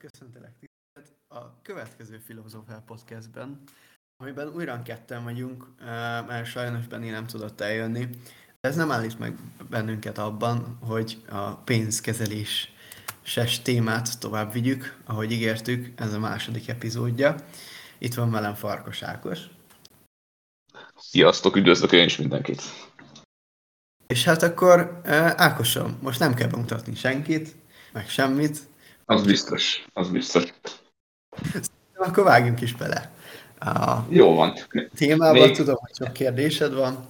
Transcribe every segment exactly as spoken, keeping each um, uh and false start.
Köszöntelek titeket a következő Filozofál Podcastben, amiben újra ketten vagyunk, mert sajnos Benni nem tudott eljönni. De ez nem állít meg bennünket abban, hogy a pénzkezeléses témát tovább vigyük, ahogy ígértük, ez a második epizódja. Itt van velem Farkas Ákos. Sziasztok, üdvözlök én is mindenkit! És hát akkor Ákosom, most nem kell bemutatni senkit, meg semmit. Az biztos, az biztos. Akkor vágjunk is bele. A Jó van. témában Még... tudom, hogy sok kérdésed van.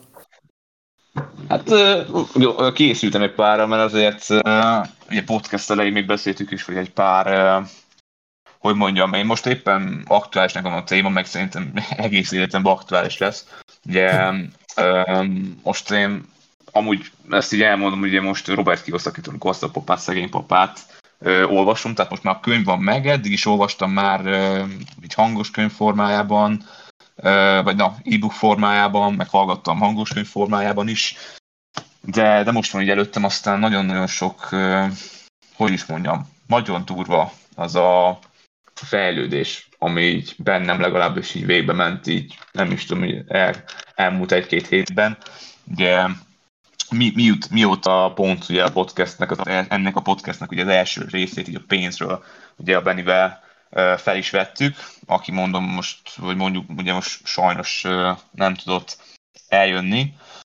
Hát jó, készültem egy párra, mert azért ugye podcast elején még beszéltük is, hogy egy pár, hogy mondjam, én most éppen aktuális nekem a téma, meg szerintem egész életemben aktuális lesz. Ugye most én amúgy ezt így elmondom, ugye most Robert Kiyosakitól Gazdag papát, szegény papát Ö, olvasom, tehát most már a könyv van meg, eddig is olvastam már ö, így hangos könyv formájában, ö, vagy na, e-book formájában, meg hallgattam hangos könyv formájában is, de, de most van így előttem aztán nagyon-nagyon sok, ö, hogy is mondjam, nagyon durva az a fejlődés, ami így bennem legalábbis így végbe ment, így nem is tudom, hogy el, elmúlt egy-két hétben, ugye Mi, mi, mióta pont ugye a podcastnek, az, ennek a podcastnek ugye az első részét így a pénzről ugye a Bennivel uh, fel is vettük, aki mondom most, vagy mondjuk ugye most sajnos uh, nem tudott eljönni.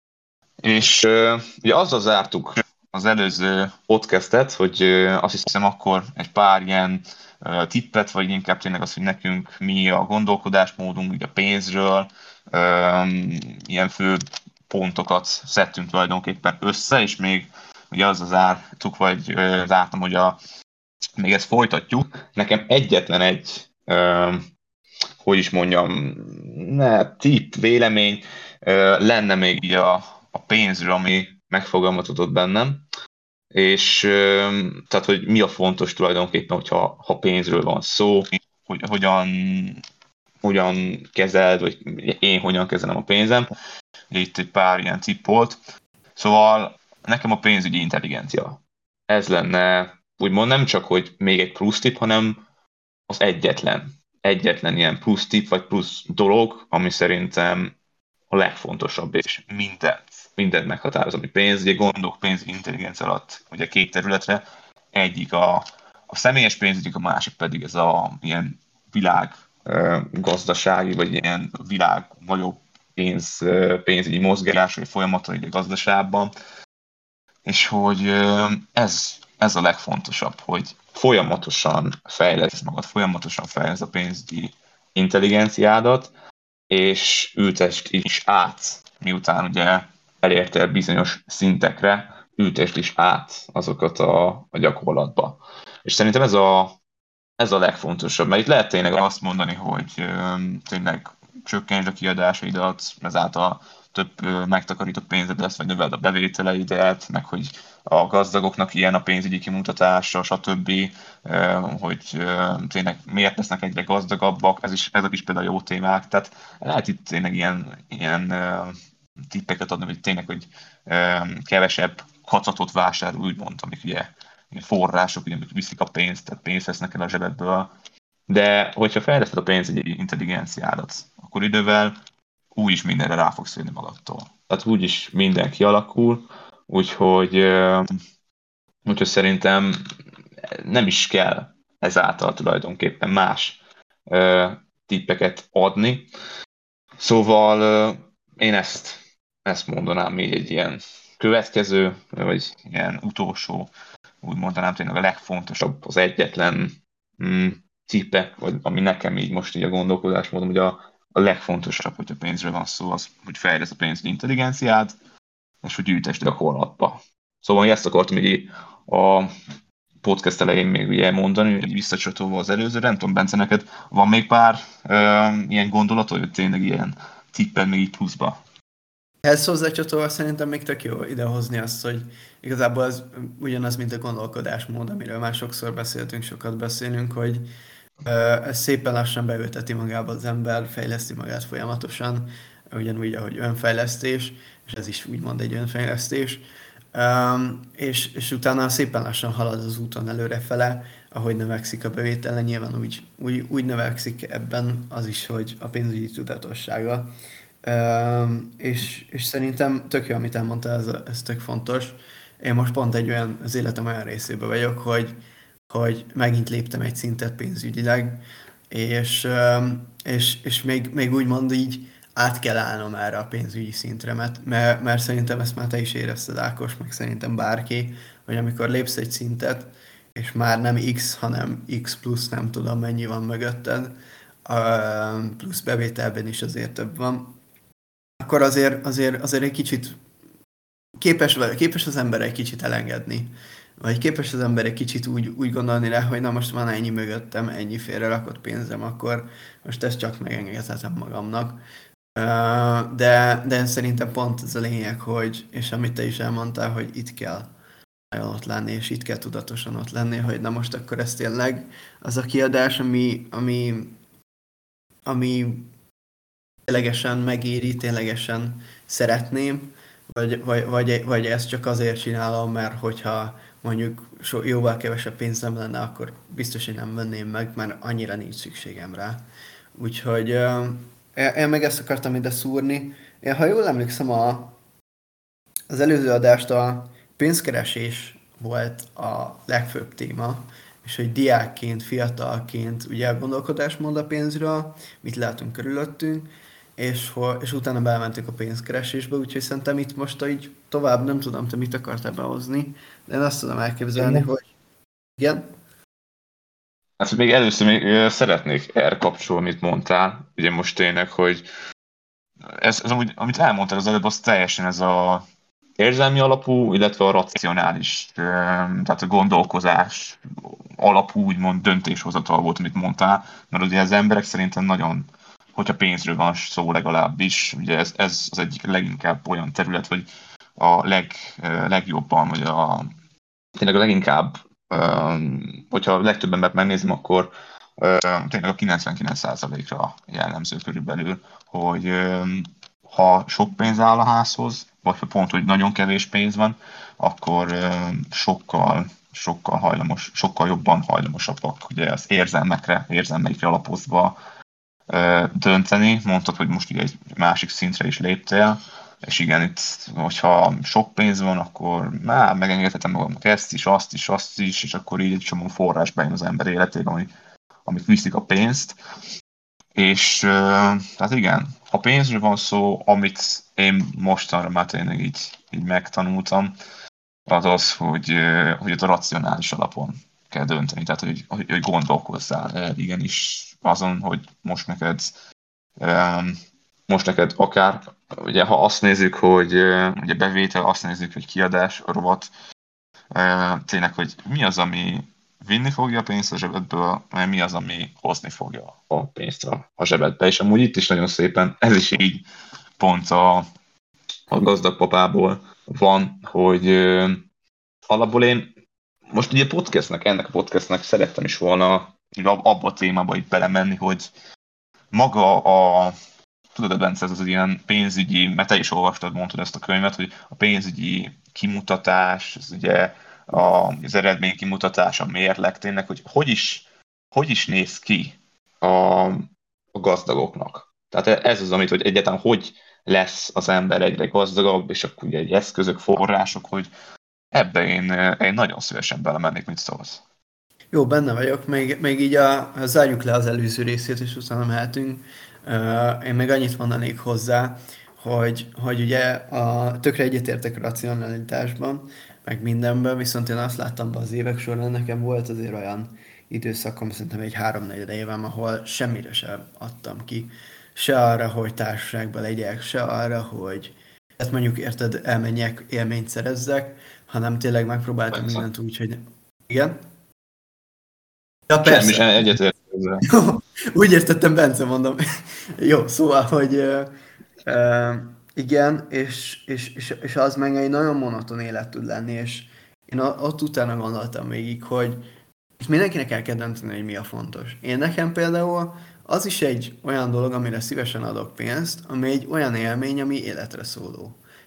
És uh, ugye azzal zártuk az előző podcastet, hogy uh, azt hiszem akkor egy pár ilyen uh, tippet, vagy inkább tényleg az, hogy nekünk mi a gondolkodásmódunk ugye a pénzről, uh, ilyen fő pontokat szedtünk tulajdonképpen össze, és még ugye az az zártuk, vagy zártam, hogy a, még ezt folytatjuk. Nekem egyetlen egy, ö, hogy is mondjam, ne, tipp, vélemény ö, lenne még így a, a pénzről, ami megfogalmazódott bennem, és ö, tehát, hogy mi a fontos tulajdonképpen, hogyha ha pénzről van szó, hogy hogyan, hogyan kezeld, vagy én hogyan kezelem a pénzem. Itt egy pár ilyen tipp volt. Szóval nekem a pénzügyi intelligencia. Ez lenne, úgymond nem csak, hogy még egy plusz tipp, hanem az egyetlen, egyetlen ilyen plusz tipp, vagy plusz dolog, ami szerintem a legfontosabb, és mindent, mindent meghatároz, ami pénz. Ugye gondolok pénzügyi intelligencia alatt ugye két területre. Egyik a, a személyes pénzügy, a másik pedig ez a ilyen világ gazdasági, vagy ilyen világ nagyobb pénz, pénzügyi mozgás, vagy folyamata a gazdaságban, és hogy ez, ez a legfontosabb, hogy folyamatosan fejleszd magad, folyamatosan fejleszd a pénzügyi intelligenciádat, és ültesd is át, miután ugye elértél bizonyos szintekre, ültesd is át azokat a, a gyakorlatba. És szerintem ez a, ez a legfontosabb, mert itt lehet tényleg azt mondani, hogy tényleg csökkentsd a kiadásaidat, ezáltal több megtakarított pénzed lesz, vagy növeld a bevételeidet, meg hogy a gazdagoknak ilyen a pénzügyi kimutatása, stb., hogy tényleg miért lesznek egyre gazdagabbak, ez is, ezek is például jó témák, tehát lehet itt tényleg ilyen, ilyen tippeket adni, hogy tényleg, hogy kevesebb kacatot vásárol, úgymond, amik ugye források, ugye, amik viszik a pénzt, tehát pénzt vesznek el a zsebedből. De hogyha fejleszted a pénzügyi intelligenciádat, akkor idővel úgyis mindenre rá fogsz jönni magadtól. Tehát úgyis minden kialakul, úgyhogy, úgyhogy szerintem nem is kell ezáltal tulajdonképpen más tippeket adni. Szóval én ezt, ezt mondanám még egy ilyen következő, vagy ilyen utolsó, úgy mondanám tényleg a legfontosabb, az egyetlen mm, tippe, vagy ami nekem így most így a gondolkodásmódom, hogy a, a legfontosabb, hogyha pénzről van szó, az, hogy fejlesz a pénzügyi intelligenciát, és hogy gyűjtesd gyakorlatba. Szóval ezt akartam így a podcast elején még ugye mondani, hogy visszacsatolva az előzőre, nem tudom, Bence, neked van még pár ö, ilyen gondolat, vagy tényleg ilyen tippel még így pluszba? Ez hozzácsatolva szerintem még tök jó idehozni azt, hogy igazából ez ugyanaz, mint a gondolkodásmód, amiről már sokszor beszéltünk, sokat beszélünk, hogy ez szépen lassan beülteti magába az ember, fejleszti magát folyamatosan, ugyanúgy, ahogy önfejlesztés, és ez is úgymond egy önfejlesztés. Um, és, és utána szépen lassan halad az úton előrefele, ahogy növekszik a bevétele, nyilván úgy, úgy, úgy növekszik ebben az is, hogy a pénzügyi tudatossága. Um, és, és szerintem tök jó, amit elmondtál, ez, ez tök fontos. Én most pont egy olyan, az életem olyan részében vagyok, hogy, hogy megint léptem egy szintet pénzügyileg, és, um, és, és még, még úgymond így át kell állnom erre a pénzügyi szintre, mert, mert, mert szerintem ezt már te is érezted, Ákos, meg szerintem bárki, hogy amikor lépsz egy szintet, és már nem X, hanem X plusz nem tudom mennyi van mögötted, um, plusz bevételben is azért több van, akkor azért, azért, azért egy kicsit képes, képes az ember egy kicsit elengedni. Vagy képes az ember egy kicsit úgy, úgy gondolni rá, hogy na most van ennyi mögöttem, ennyi félre rakott pénzem, akkor most ezt csak megengedhetem magamnak. De, de szerintem pont ez a lényeg, hogy, és amit te is elmondtál, hogy itt kell nagyon ott lenni, és itt kell tudatosan ott lenni, hogy na most akkor ez tényleg az a kiadás, ami, ami, ami ténylegesen megéri, ténylegesen szeretném, vagy, vagy, vagy, vagy ezt csak azért csinálom, mert hogyha mondjuk so, jóval kevesebb pénzem lenne, akkor biztos, hogy nem venném meg, mert annyira nincs szükségem rá. Úgyhogy uh, én meg ezt akartam ide szúrni. Én, ha jól emlékszem, a, az előző adást a pénzkeresés volt a legfőbb téma, és hogy diákként, fiatalként ugye a gondolkodásmód a pénzről, mit látunk körülöttünk, és, és utána belementünk a pénzkeresésbe, úgyhogy szerintem itt most így tovább nem tudom, te mit akartál behozni, de én azt tudom elképzelni, hogy igen. Hát még először még szeretnék erre kapcsolni, amit mondtál, ugye most tényleg, hogy ez, ez amúgy, amit elmondtál az előbb, az teljesen ez a érzelmi alapú, illetve a racionális, tehát a gondolkozás alapú, úgymond döntéshozatal volt, amit mondtál, mert ugye az emberek szerintem nagyon, hogyha pénzről van szó legalábbis, ugye ez, ez az egyik leginkább olyan terület, vagy a leg, legjobban, vagy a, tényleg a leginkább, hogyha a legtöbb embert megnézem, akkor tényleg a kilencvenkilenc százalékra jellemző körülbelül, hogy ha sok pénz áll a házhoz, vagy ha pont, hogy nagyon kevés pénz van, akkor sokkal, sokkal hajlamos, sokkal jobban hajlamosabbak ugye az érzelmekre, érzelmeikre alapozva dönteni. Mondtad, hogy most ugye egy másik szintre is léptél, és igen, itt, hogyha sok pénz van, akkor már megengedhetem magamnak ezt is, azt is, azt is, és akkor így egy csomó forrás bejön az ember életébe, ami, amik viszik a pénzt. És tehát igen, ha pénzről van szó, amit én mostanra már tényleg így, így megtanultam, az az, hogy, hogy a racionális alapon kell dönteni, tehát hogy, hogy, hogy gondolkozzál igenis azon, hogy most neked most neked akár, ugye ha azt nézzük, hogy ugye bevétel, azt nézzük, hogy kiadás, rovat, tényleg, hogy mi az, ami vinni fogja a pénzt a zsebedből, mert mi az, ami hozni fogja a pénzt a, a zsebedbe. És amúgy itt is nagyon szépen, ez is így pont a, a gazdag papából van, hogy ö, alapból én most ugye podcastnek, ennek a podcastnek szerettem is volna abba a témába itt belemenni, hogy maga a tudod, Bence, ez az ilyen pénzügyi, mert te is olvastad, mondtad ezt a könyvet, hogy a pénzügyi kimutatás, az ugye a, az eredmény kimutatás, a mérleg tényleg, hogy hogy is, hogy is néz ki a, a gazdagoknak. Tehát ez az, amit, hogy egyáltalán hogy lesz az ember egyre gazdagabb, és akkor ugye egy eszközök, források, hogy ebbe én, én nagyon szívesen belemennék, mit szólsz. Jó, benne vagyok, még, még így a, zárjuk le az előző részét, és utána mehetünk. Uh, én még annyit mondanék hozzá, hogy, hogy ugye a, tökre egyetértek a racionalitásban, meg mindenben, viszont én azt láttam be az évek során, nekem volt azért olyan időszakom, szerintem egy háromnegyed évem, ahol semmire sem adtam ki. Se arra, hogy társaságban legyek, se arra, hogy hát mondjuk érted, elmenjek, élményt szerezzek, hanem tényleg megpróbáltam Persze. mindent úgy, hogy igen. Ja, persze. Semmi sem egyetért ezzel. Úgy értettem, Bence, mondom. Jó, szóval, hogy uh, uh, igen, és, és, és, és az meg egy nagyon monoton élet tud lenni, és én ott utána gondoltam végig, hogy mindenkinek el kell dönteni, hogy mi a fontos. Én nekem például az is egy olyan dolog, amire szívesen adok pénzt, ami egy olyan élmény, ami életre szóló.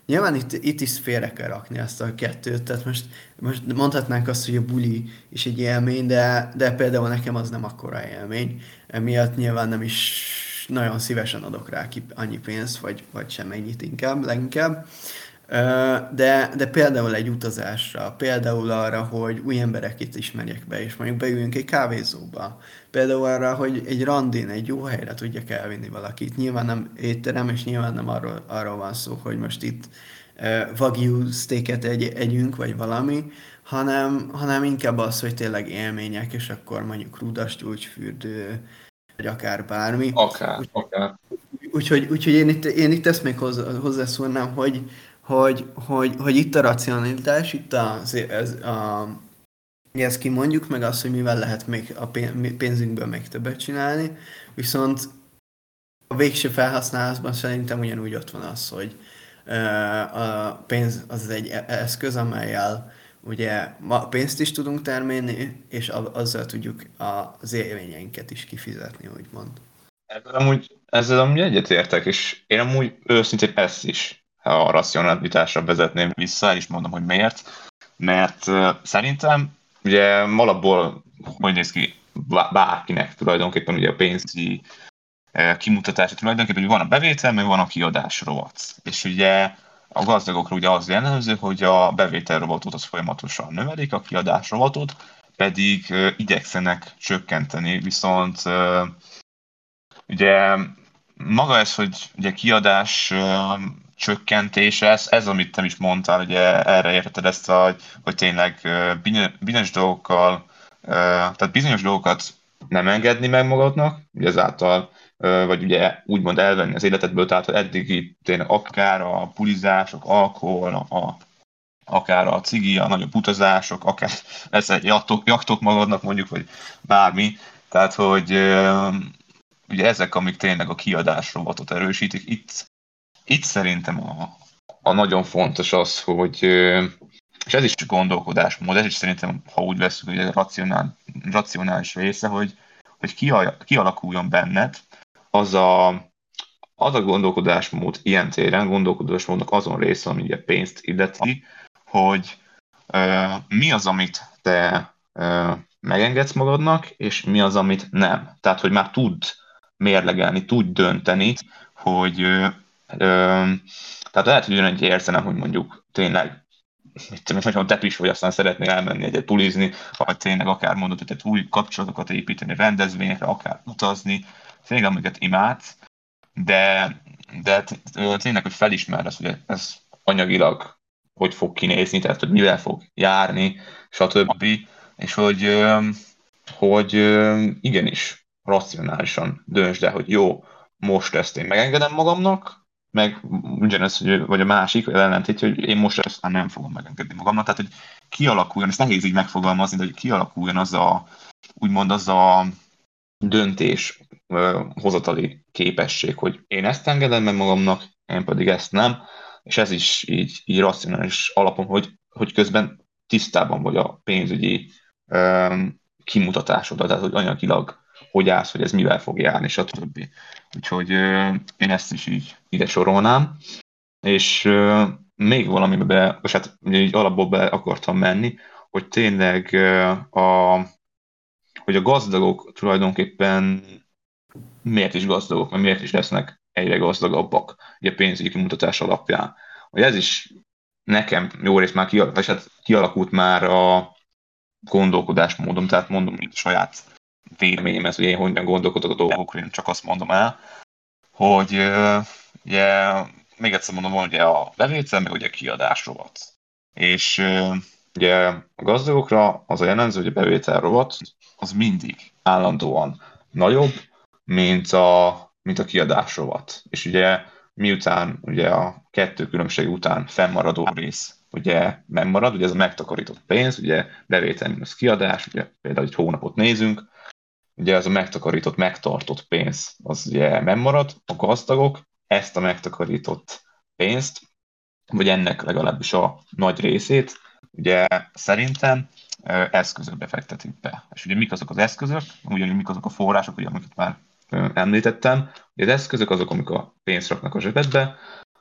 Nyilván itt, itt is félre kell rakni ezt a kettőt, tehát most, most mondhatnánk azt, hogy a buli is egy élmény, de, de például nekem az nem akkora élmény, emiatt nyilván nem is nagyon szívesen adok rá ki annyi pénzt, vagy, vagy sem ennyit inkább, leginkább. De, de például egy utazásra, például arra, hogy új embereket ismerjek be, és mondjuk beüljünk egy kávézóba. Például arra, hogy egy randin, egy jó helyre tudjak elvinni valakit. Nyilván nem étterem, és nyilván nem arról, arról van szó, hogy most itt uh, wagyu steaket egy, együnk, vagy valami, hanem, hanem inkább az, hogy tényleg élmények, és akkor mondjuk rudas gyógyfürdő, vagy akár bármi. Akár, Úgy, akár. úgyhogy, úgyhogy én, itt, én itt ezt még hozzá, hozzászólnám, hogy hogy, hogy, hogy itt a racionalitás, itt az, ez, a, ezt kimondjuk, meg az, hogy mivel lehet még a pénzünkből még többet csinálni, viszont a végső felhasználásban szerintem ugyanúgy ott van az, hogy a pénz az egy eszköz, amelyel ugye ma pénzt is tudunk termelni, és azzal tudjuk az élményeinket is kifizetni, úgymond. Ezzel amúgy, ezzel amúgy egyetértek, és én amúgy őszintén ezt is a racionalitásra vezetném vissza, el is mondom, hogy miért. Mert uh, szerintem ugye alapból hogy néz ki bárkinek tulajdonképpen ugye a pénzügyi uh, kimutatása tulajdonképpen, hogy van a bevétel, meg van a kiadás rovat. És ugye a gazdagokra ugye az jellemző, hogy a bevétel rovatot az folyamatosan növelik, a kiadás rovatot pedig uh, igyekszenek csökkenteni, viszont uh, ugye maga ez, hogy ugye kiadás uh, csökkentése, ez, ez, amit te is mondtál, ugye erre érted ezt, a, hogy tényleg uh, bizonyos dolgokkal, uh, tehát bizonyos dolgokat nem engedni meg magadnak, ugye ezáltal, uh, vagy ugye úgymond elvenni az életedből, tehát eddigi tényleg akár a pulizások, alkohol, a, akár a cigi, a nagyobb utazások, akár lesz egy jachtok, jachtok magadnak mondjuk, vagy bármi, tehát hogy uh, ugye ezek, amik tényleg a kiadás robotot erősítik, itt, itt szerintem a, a nagyon fontos az, hogy, és ez is csak gondolkodásmód, ez is szerintem, ha úgy veszük, hogy a racionál, racionális része, hogy, hogy kialakuljon benned az a, az a gondolkodásmód ilyen téren, gondolkodásmódnak azon része, ami a pénzt illeti, hogy uh, mi az, amit te uh, megengedsz magadnak, és mi az, amit nem. Tehát, hogy már tudd mérlegelni, tudj dönteni, hogy ö, ö, tehát lehet, hogy jön egy érzelem, hogy mondjuk tényleg, mit tudom, hogy te is vagy, aztán szeretnél elmenni egyet pulizni, vagy tényleg akár mondod, hogy új kapcsolatokat építeni rendezvényekre, akár utazni, tényleg amiket imádsz, de, de tényleg, hogy felismerd, hogy ez anyagilag hogy fog kinézni, tehát hogy mivel fog járni, stb. És hogy, hogy igenis, racionálisan döntsd el, hogy jó, most ezt én megengedem magamnak, meg ugyanez, hogy, vagy a másik, vagy ellentét, hogy én most ezt már nem fogom megengedni magamnak. Tehát, hogy kialakuljon, ezt nehéz így megfogalmazni, de hogy kialakuljon az a, úgymond az a döntés hozatali képesség, hogy én ezt engedem meg magamnak, én pedig ezt nem, és ez is így, így racionális alapon, hogy, hogy közben tisztában vagy a pénzügyi um, kimutatásodat, tehát hogy anyagilag hogy állsz, hogy ez mivel fog járni, stb. Úgyhogy uh, én ezt is így ide sorolnám, és uh, még valamibe be, és hát ugye így alapból be akartam menni, hogy tényleg uh, a hogy a gazdagok tulajdonképpen miért is gazdagok, mert miért is lesznek egyre gazdagabbak a pénzügyi kimutatás alapján. Hogy ez is nekem jó rész már kialakult, hát kialakult már a gondolkodásmódom, tehát mondom, hogy a saját véleményem ez, hogy én hogyan gondolkodok a dolgokról, én csak azt mondom el, hogy ugye, még egyszer mondom, hogy a bevétel, meg ugye a kiadás rovat. És ugye a gazdagokra az a jellemző, hogy a bevétel rovat az mindig állandóan nagyobb, mint a, mint a kiadás rovat. És ugye miután ugye a kettő különbség után fennmaradó rész ugye megmarad, ugye ez a megtakarított pénz, ugye bevétel minusz kiadás, ugye például egy hónapot nézünk, ugye ez a megtakarított, megtartott pénz az ugye megmarad, a gazdagok ezt a megtakarított pénzt, vagy ennek legalábbis a nagy részét, ugye szerintem eszközökbe fektetik be. És ugye mik azok az eszközök, ugyanúgy mik azok a források, ugye, amiket már említettem. Ugye az eszközök azok, amik a pénzt raknak a zsebedbe,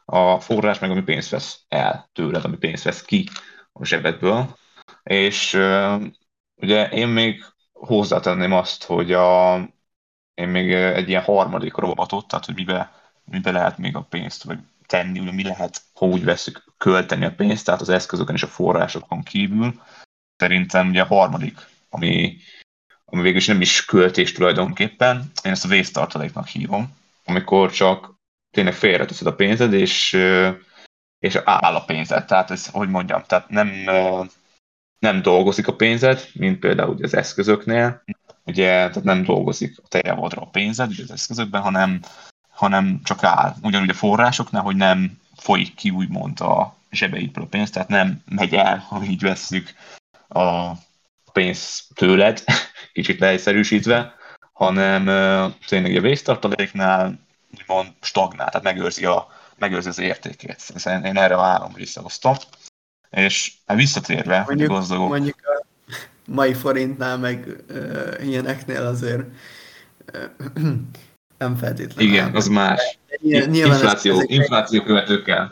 a forrás meg ami pénzt vesz el tőled, ami pénzt vesz ki a zsebedből. És uh, ugye én még hozzátenném azt, hogy a, én még egy ilyen harmadik robotot, tehát hogy mibe, mibe lehet még a pénzt vagy tenni, ugye mi lehet, ha úgy veszük, költeni a pénzt, tehát az eszközökön és a forrásokon kívül. Szerintem ugye a harmadik, ami, ami végül is nem is költés tulajdonképpen, én ezt a vésztartaléknak hívom, amikor csak tényleg félreteszed a pénzed, és, és áll a pénzed. Tehát ez, hogy mondjam, tehát nem, nem dolgozik a pénzed, mint például ugye az eszközöknél, ugye, tehát nem dolgozik a te javodra a pénzed ugye az eszközökben, hanem, hanem csak áll. Ugyanúgy a forrásoknál, hogy nem folyik ki úgymond a zsebeidből a pénz, tehát nem megy el, ha így vesszük a pénz tőled, kicsit leegyszerűsítve, hanem uh, tényleg a vésztartaléknál úgymond stagnál, tehát megőrzi, a, megőrzi az értékét. Én, én erre várom, hogy visszahoztam. És hát visszatérve, hogy a Mondjuk, gazdagok... mondjuk a mai forintnál, meg uh, ilyeneknél azért uh, nem feltétlenül áll Igen, az meg. más. Nyilván ez, ez Infláció, egy infláció követőkkel.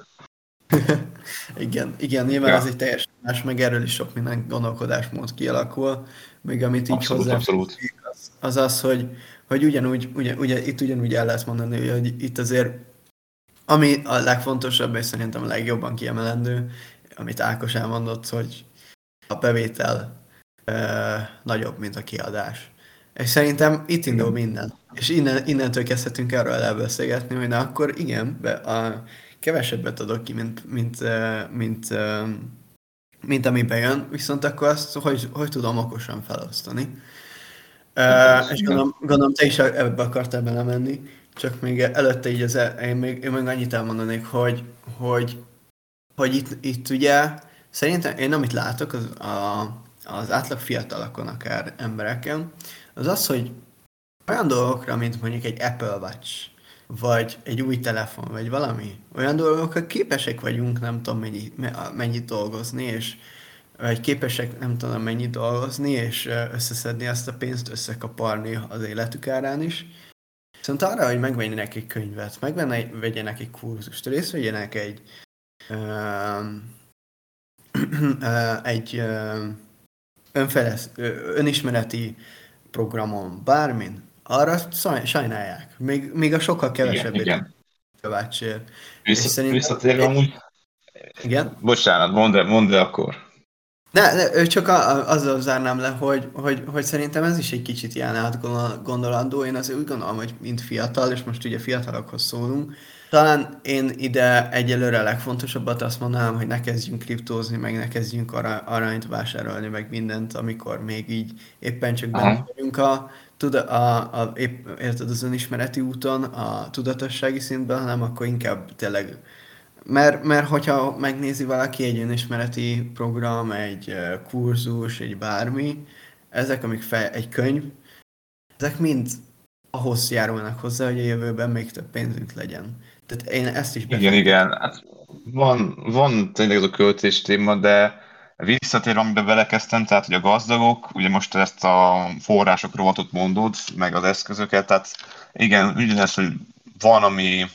igen, igen, nyilván ez Ja, egy teljesen más, meg erről is sok minden gondolkodásmód kialakul, még amit így abszolút, abszolút. hozzáfűznék, az az, az hogy, hogy ugyanúgy, ugye, ugye, itt ugyanúgy el lehet mondani, hogy itt azért, ami a legfontosabb, és szerintem a legjobban kiemelendő, amit Ákos elmondott, hogy a bevétel e, nagyobb, mint a kiadás. És szerintem itt indul Igen. minden. És innen, innentől kezdhetünk erről elbeszélgetni, hogy na akkor igen, be, a, kevesebbet adok ki, mint, mint, mint, mint, mint ami bejön, viszont akkor azt hogy, hogy tudom okosan felosztani. Uh, és Igen. gondolom, gondolom te is ebbe akartál belemenni, csak még előtte így az, el- én, még, én még annyit elmondanék, hogy, hogy, hogy itt, itt ugye szerintem én amit látok az, a, az átlag fiatalokon, akár embereken, az az, hogy olyan dolgokra, mint mondjuk egy Apple Watch, vagy egy új telefon, vagy valami, olyan dolgokra képesek vagyunk, nem tudom mennyi, mennyit dolgozni, és vagy képesek nem tudom mennyit dolgozni, és összeszedni azt a pénzt, összekaparni az életük árán is. Viszont arra, hogy megvegyenek egy könyvet, megvegyenek egy kurzust, részt vegyenek egy um, egy um, önfejleszt, önismereti programon, bármin, arra sajnálják. Még, még a sokkal Igen, kevesebbet igen. követsél. És Vissza, szerintem, visszatérve amúgy, igen? bocsánat, mondd el, mondd el akkor. Ne, ne, ő csak a, a, azzal zárnám le, hogy, hogy, hogy szerintem ez is egy kicsit ilyen átgondolandó. Én azért úgy gondolom, hogy mint fiatal, és most ugye fiatalokhoz szólunk, talán én ide egyelőre a legfontosabbat azt mondanám, hogy ne kezdjünk kriptózni, meg ne kezdjünk ara, aranyt vásárolni, meg mindent, amikor még így éppen csak benne Aha. vagyunk a, tuda, a, a épp, érted, az önismereti úton, a tudatossági szintben, hanem akkor inkább tényleg mert, mert hogyha megnézi valaki egy önismereti program, egy eh, kurzus, egy bármi, ezek, amik fel, egy könyv, ezek mind ahhoz járulnak hozzá, hogy a jövőben még több pénzünk legyen. Tehát én ezt is Igen, befektetem. igen. Hát van, van tényleg ez a költés téma, de visszatérve, amiben belekezdtem, tehát hogy a gazdagok, ugye most ezt a források rovatot mondod, meg az eszközöket, tehát igen, ugyanez, hogy van, ami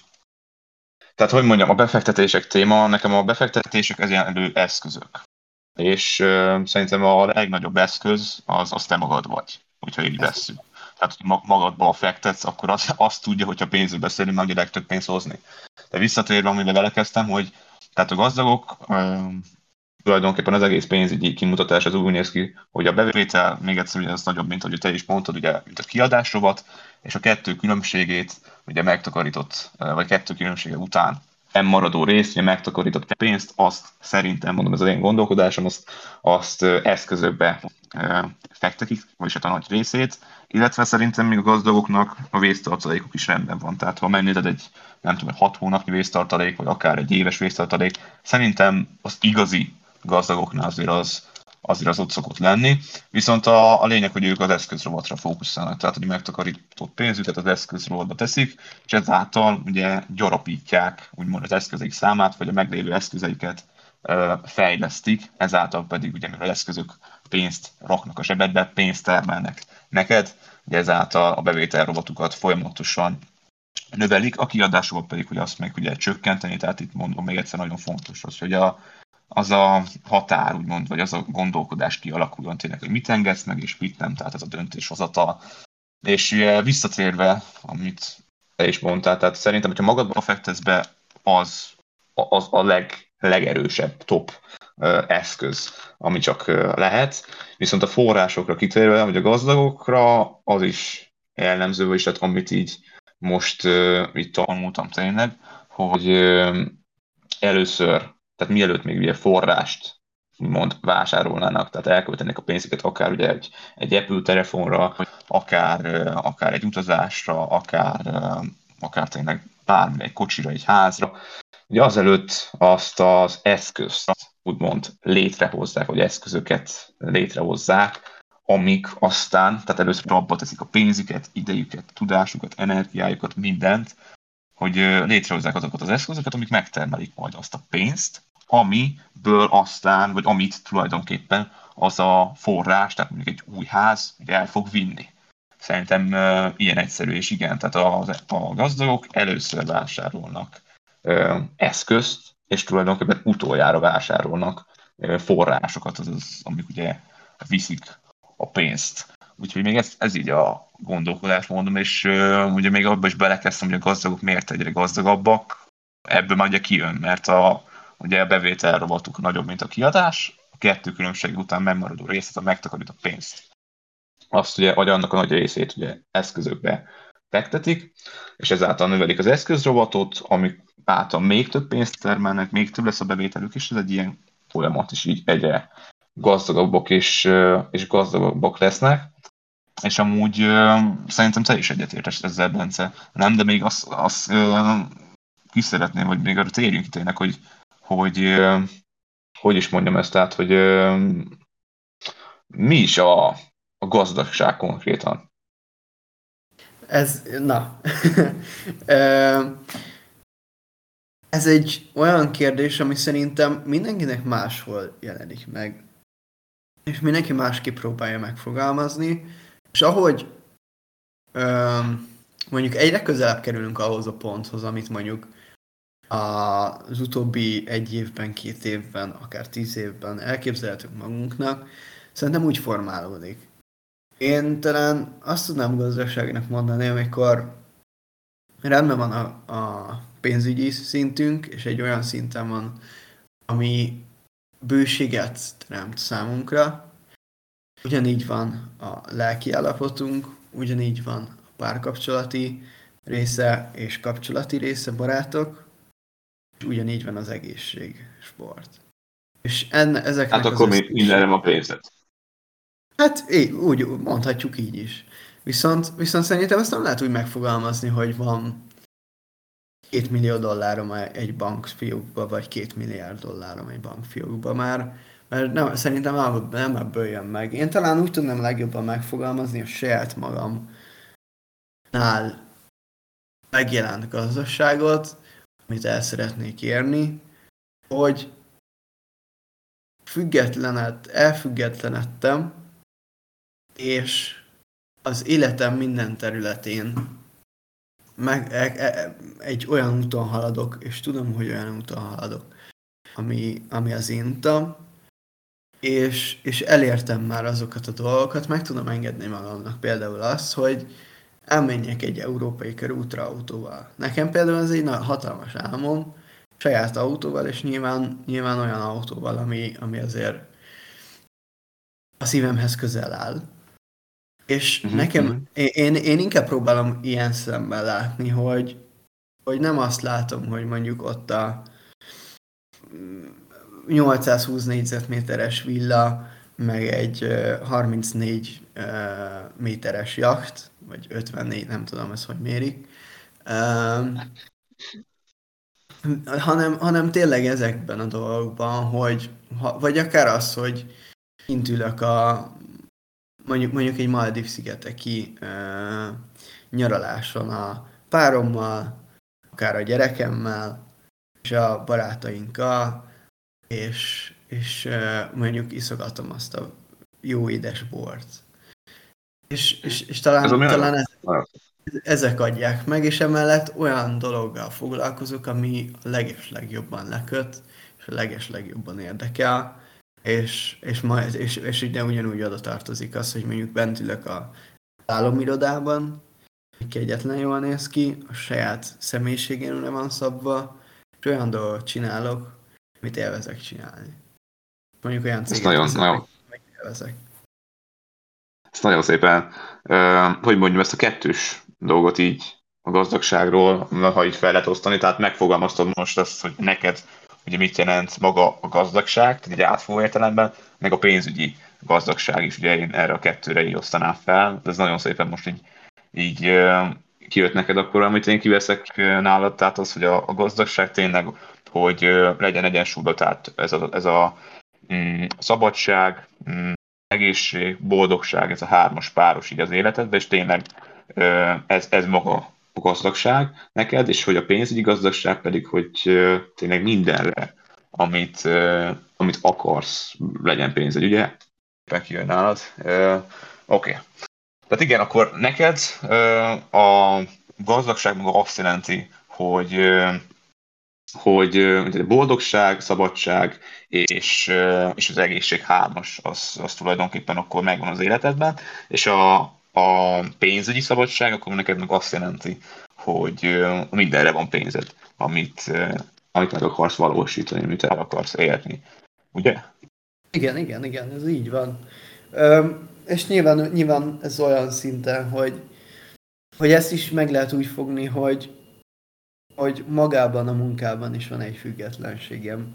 tehát, hogy mondjam, a befektetések téma, nekem a befektetések ez ilyen eszközök. És uh, szerintem a legnagyobb eszköz az, az te magad vagy, hogyha így Ez, vesszük. Tehát, hogy magadba fektetsz, akkor az, azt tudja, hogyha pénzről beszélünk, meg a legtöbb pénzt hozni. De visszatérve, amivel belekezdtem, hogy tehát a gazdagok, um, tulajdonképpen az egész pénzügyi kimutatás az úgy néz ki, hogy a bevétel még egyszer ugye az nagyobb, mint ahogy te is mondtad, ugye, mint a kiadásrovat, és a kettő különbségét ugye megtakarított, vagy kettő különbsége után maradó részt, ugye megtakarított pénzt, azt szerintem, mondom, ez az én gondolkodásom, azt, azt eszközökbe fektetik, vagyis a nagy részét, illetve szerintem még a gazdagoknak a vésztartalékuk is rendben van. Tehát ha megnézed egy, nem tudom, egy hat hónapnyi vésztartalék, vagy akár egy éves vésztartalék, szerintem az igazi gazdagoknál azért az, azért az ott szokott lenni. Viszont a, a lényeg, hogy ők az eszközrovatra fókuszálnak, tehát hogy megtakarított pénzüket az eszközrovatba teszik, és ezáltal ugye gyarapítják úgymond az eszközeik számát, vagy a meglévő eszközeiket ö, fejlesztik, ezáltal pedig ugye mivel eszközök pénzt raknak a zsebedbe, pénzt termelnek neked, ugye ezáltal a bevételrovatukat folyamatosan növelik, a kiadásokban pedig, hogy azt meg ugye csökkenteni, tehát itt mondom még egyszer nagyon fontos az, hogy a, az a határ, úgymond, vagy az a gondolkodás kialakuljon tényleg, hogy mit engedsz meg, és mit nem, tehát ez a döntéshozatal. És ugye visszatérve, amit te is mondtál, tehát szerintem, hogyha magadba fektetsz be, az, az a leg, legerősebb top ö, eszköz, ami csak ö, lehet. Viszont a forrásokra kitérve, vagy a gazdagokra, az is jellemző, vagyis tehát amit így most ö, itt tanultam tényleg, hogy ö, először, tehát mielőtt még ugye forrást mond vásárolnának, tehát elköltenek a pénzüket akár ugye egy, egy Apple telefonra, akár, akár egy utazásra, akár, akár tényleg bármire, egy kocsira, egy házra. Ugye azelőtt azt az eszközt úgymond létrehozzák, vagy eszközöket létrehozzák, amik aztán, tehát először abba teszik a pénzüket, idejüket, tudásukat, energiájukat, mindent, hogy létrehozzák azokat az eszközöket, amik megtermelik majd azt a pénzt, amiből aztán, vagy amit tulajdonképpen az a forrás, tehát mondjuk egy új ház ugye el fog vinni. Szerintem uh, ilyen egyszerű, és igen, tehát a, a gazdagok először vásárolnak uh, eszközt, és tulajdonképpen utoljára vásárolnak uh, forrásokat, azaz, amik ugye viszik a pénzt. Úgyhogy még ez, ez így a gondolkodás, mondom, és uh, ugye még abban is belekezdtem, hogy a gazdagok miért egyre gazdagabbak. Ebből már ugye kijön, mert a, ugye a bevétel rovatuk nagyobb, mint a kiadás, a kettő különbség után megmaradó részét, a megtakarít a pénzt. Azt ugye, vagy annak a nagy részét ugye eszközökbe fektetik, és ezáltal növelik az eszközrovatot, amik által még több pénzt termelnek, még több lesz a bevételük, és ez egy ilyen folyamat is így egyre gazdagabbak és, és gazdagabbak lesznek. És amúgy szerintem te is egyetértesz ezzel, Bence. Nem, de még azt, azt ki szeretném, hogy még arra térjünk ki tényleg, hogy, hogy hogy is mondjam ezt, tehát, hogy mi is a, a gazdagság konkrétan? Ez, na. Ez egy olyan kérdés, ami szerintem mindenkinek máshol jelenik meg. És mindenki másképp próbálja megfogalmazni. És ahogy öm, mondjuk egyre közelebb kerülünk ahhoz a ponthoz, amit mondjuk az utóbbi egy évben, két évben, akár tíz évben elképzelhetünk magunknak, szerintem úgy formálódik. Én talán azt tudnám gazdaságnak mondani, amikor rendben van a, a pénzügyi szintünk, és egy olyan szinten van, ami bőséget teremt számunkra. Ugyanígy van a lelki állapotunk, ugyanígy van a párkapcsolati része és kapcsolati része, barátok, és ugyanígy van az egészség, sport. És enne, ezeknek Hát az akkor még összeség... mindenre van pénzed. Hát így, úgy mondhatjuk így is. Viszont, viszont szerintem ezt nem lehet úgy megfogalmazni, hogy van két millió dollárom egy bankfiókba, vagy két milliárd dollárom egy bankfiókba már, mert nem, szerintem nem, nem ebből jön meg. Én talán úgy tudnám legjobban megfogalmazni a saját magamnál megjelent gazdaságot, amit el szeretnék érni, hogy függetlenet, elfüggetlenedtem, és az életem minden területén meg e, e, egy olyan úton haladok, és tudom, hogy olyan úton haladok, ami, ami az én utam, és, és elértem már azokat a dolgokat, meg tudom engedni magamnak például azt, hogy elmenjek egy európai körútra autóval. Nekem például ez egy hatalmas álmom, saját autóval, és nyilván, nyilván olyan autóval, ami, ami azért a szívemhez közel áll. És Uh-huh, nekem, uh-huh. én, én inkább próbálom ilyen szemben látni, hogy, hogy nem azt látom, hogy mondjuk ott a nyolcszázhúsz négyzetméteres villa, meg egy harmincnégy méteres jacht, vagy ötvennégy, nem tudom ezt, hogy mérik, um, hanem, hanem tényleg ezekben a dolgokban, hogy, ha, vagy akár az, hogy kint ülök a mondjuk, mondjuk egy Maldív-szigeteki uh, nyaraláson a párommal, akár a gyerekemmel, és a barátainkkal, és, és uh, mondjuk iszogatom azt a jó édes bort. És, és, és Ez talán, ami talán nagyon, ez, nagyon. ezek adják meg, és emellett olyan dologgal foglalkozok, ami a legeslegjobban leköt, és a legeslegjobban érdekel, és, és, ma, és, és ide ugyanúgy oda tartozik az, hogy mondjuk bent ülök a szálomirodában, kegyetlen jól néz ki, a saját személyiségémre van szabva, és olyan dolgot csinálok, amit élvezek csinálni. Mondjuk olyan Ez céget nagyon, vezetek, nagyon, amit élvezek. ezt nagyon szépen, uh, hogy mondjam, ezt a kettős dolgot így a gazdagságról, ha így fel lehet osztani, tehát megfogalmaztad most azt, hogy neked ugye mit jelent maga a gazdagság, tehát egy átfogó értelemben, meg a pénzügyi gazdagság is, ugye én erre a kettőre így osztanám fel, ez nagyon szépen most így, így uh, kijött neked akkor, amit én kiveszek nálad, tehát az, hogy a, a gazdagság tényleg, hogy uh, legyen egyensúlyban, tehát ez a, ez a mm, szabadság, mm, egészség, boldogság, ez a hármas páros így az életedben, és tényleg ö, ez, ez maga a gazdagság neked, és hogy a pénzügyi gazdagság pedig, hogy ö, tényleg mindenre, amit, ö, amit akarsz, legyen pénzed, ugye? Éppen kijön nálad. Ö, Oké. Okay. Tehát igen, akkor neked ö, a gazdagság maga azt jelenti, hogy ö, hogy ö, boldogság, szabadság és, ö, és az egészség hármas, az, az tulajdonképpen akkor megvan az életedben, és a, a pénzügyi szabadság akkor neked meg azt jelenti, hogy ö, mindenre van pénzed, amit, ö, amit meg akarsz valósítani, amit el akarsz érni. Ugye? Igen, igen, igen, ez így van. Öm, és nyilván, nyilván ez olyan szinten, hogy, hogy ezt is meg lehet úgy fogni, hogy, hogy magában a munkában is van egy függetlenségem.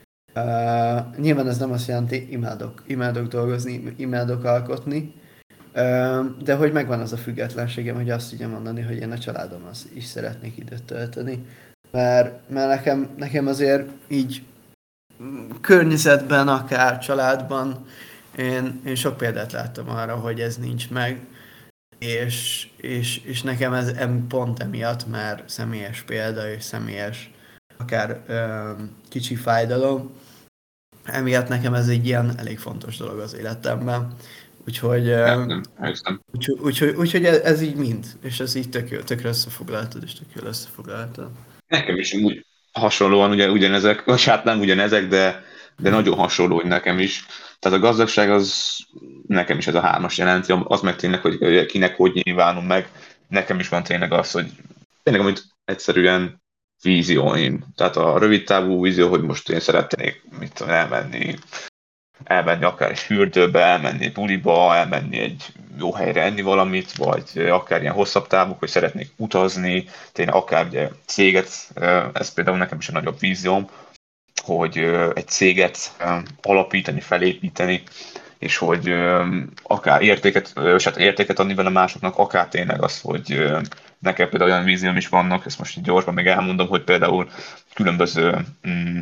Uh, nyilván ez nem azt jelenti, imádok, imádok dolgozni, imádok alkotni, uh, de hogy megvan az a függetlenségem, hogy azt tudjam mondani, hogy én a családommal is szeretnék időt tölteni. Mert, mert nekem, nekem azért így környezetben, akár családban, én, én sok példát láttam arra, hogy ez nincs meg, és, és, és nekem ez pont emiatt, mert személyes példa és személyes, akár ö, kicsi fájdalom, emiatt nekem ez egy ilyen elég fontos dolog az életemben. Úgyhogy, ö, Értem, értem. úgyhogy, úgyhogy, úgyhogy ez, ez így mind, és ez így tök, jó, tökre összefoglaltad, és tök jól összefoglaltad. Nekem is úgy hasonlóan ugye, ugyanezek, vagy hát nem ugyanezek, de, de nagyon hasonló hogy nekem is. Tehát a gazdagság az nekem is ez a hármas jelenti, az meg tényleg, hogy kinek hogy nyilvánul meg. Nekem is van tényleg az, hogy tényleg, amit egyszerűen vízióim. Tehát a rövid távú vízió, hogy most én szeretnék mit tudom, elmenni, elmenni akár egy fürdőbe, elmenni egy buliba, elmenni egy jó helyre enni valamit, vagy akár ilyen hosszabb távok, hogy szeretnék utazni, tényleg akár ugye céget, ez például nekem is egy nagyobb vízióm, hogy egy céget alapítani, felépíteni, és hogy akár értéket, és hát értéket adni vele másoknak, akár tényleg az, hogy nekem például olyan vízióm is vannak, ezt most így gyorsban még elmondom, hogy például különböző mm,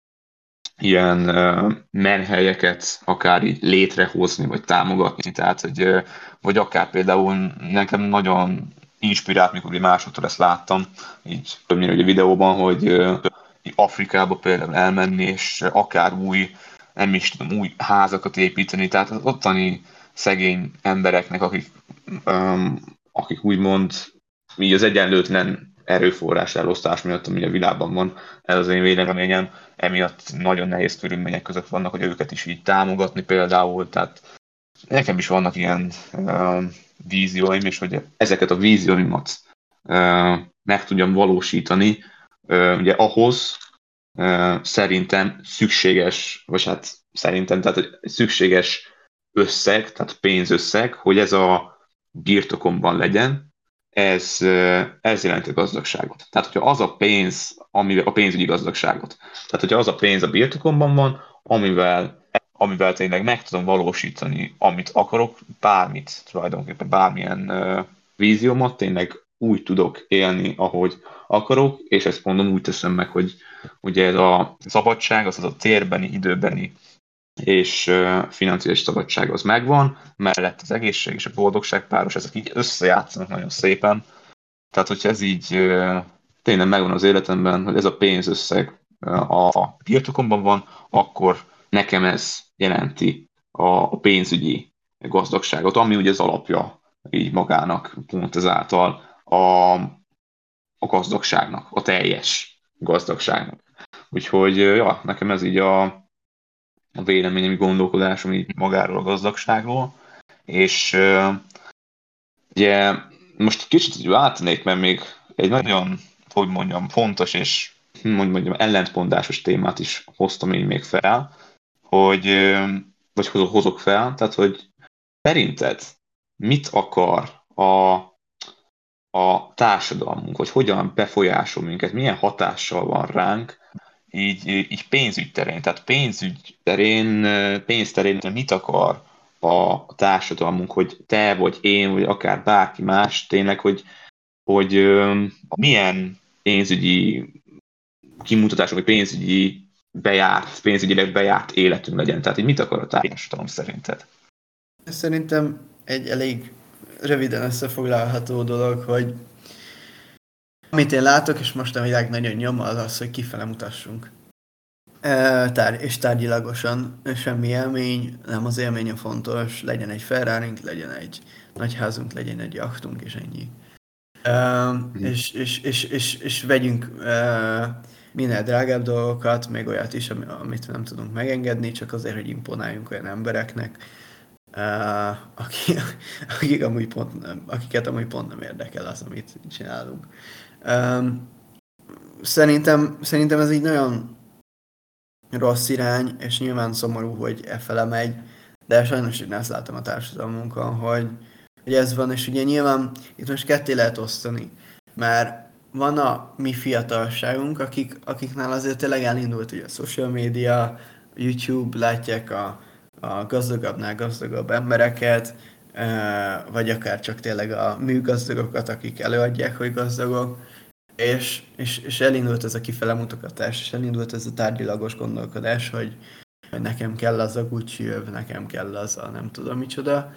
ilyen uh, menhelyeket akár így létrehozni, vagy támogatni, tehát, hogy, uh, vagy akár például nekem nagyon inspirált, mikor így másoktól ezt láttam, így többnyire ugye videóban, hogy uh, Afrikába például elmenni, és akár új, nem is tudom, új házakat építeni, tehát az ottani szegény embereknek, akik, um, akik úgymond így az egyenlőtlen erőforrás elosztás miatt, ami a világban van, ez az én véleményem, emiatt nagyon nehéz körülmények között vannak, hogy őket is így támogatni például, tehát nekem is vannak ilyen uh, vízióim, és hogy ezeket a vízióimat uh, meg tudjam valósítani, uh, ugye ahhoz uh, szerintem szükséges, vagy hát szerintem, tehát hogy szükséges összeg, tehát pénzösszeg, hogy ez a birtokomban legyen, ez, ez jelenti a gazdagságot. Tehát, hogyha az a pénz, amivel a pénzügyi gazdagságot, tehát, hogyha az a pénz a birtokomban van, amivel, amivel tényleg meg tudom valósítani, amit akarok, bármit, tulajdonképpen bármilyen uh, víziómat, tényleg úgy tudok élni, ahogy akarok, és ezt mondom, úgy teszem meg, hogy ugye ez a szabadság, az az a térbeni, időbeni és uh, financiális szabadság az megvan, mellett az egészség és a boldogság páros, ezek így összejátszanak nagyon szépen. Tehát, hogyha ez így uh, tényleg megvan az életemben, hogy ez a pénzösszeg uh, a birtokomban van, akkor nekem ez jelenti a, a pénzügyi gazdagságot, ami ugye az alapja így magának pont ezáltal a, a gazdagságnak, a teljes gazdagságnak. Úgyhogy ja, nekem ez így a, a véleményem, gondolkodásom így magáról a gazdagságról, és ugye most kicsit váltanék, mert még egy nagyon, hogy mondjam, fontos és hogy mondjam, ellentmondásos témát is hoztam én még fel, hogy, vagy hozok fel, tehát hogy szerinted mit akar a, a társadalmunk, hogy hogyan befolyásol minket, milyen hatással van ránk, így, így pénzügy terén, tehát pénzügy terén, pénzterén mit akar a társadalmunk, hogy te, vagy én, vagy akár bárki más, tényleg, hogy, hogy milyen pénzügyi kimutatások, vagy pénzügyi bejárt, pénzügyileg bejárt életünk legyen. Tehát, hogy mit akar a társadalom szerinted? Szerintem egy elég röviden összefoglalható dolog, hogy amit én látok, és most a világ nagyon nyom, az az, hogy kifele mutassunk. E, tár- és tárgyilagosan semmi élmény, nem az élmény a fontos, legyen egy Ferrarink, legyen egy nagyházunk, legyen egy jachtunk, és ennyi. E, Mm. és, és, és, és, és vegyünk e, minél drágább dolgokat, még olyat is, amit nem tudunk megengedni, csak azért, hogy imponáljunk olyan embereknek, Uh, aki, akik amúgy pont nem, akiket amúgy pont nem érdekel az, amit csinálunk. Um, szerintem, szerintem ez így nagyon rossz irány, és nyilván szomorú, hogy e fele megy, de sajnos én ezt látom a társadalmunkon, hogy, hogy ez van, és ugye nyilván itt most ketté lehet osztani, mert van a mi fiatalságunk, akik, akiknál azért tényleg elindult ugye a social media, YouTube, látják a a gazdagabbnál gazdagabb embereket, vagy akár csak tényleg a műgazdagokat, akik előadják, hogy gazdagok, és, és, és elindult ez a kifele mutogatás, és elindult ez a tárgyilagos gondolkodás, hogy, hogy nekem kell az a Gucci öv, nekem kell az a nem tudom micsoda,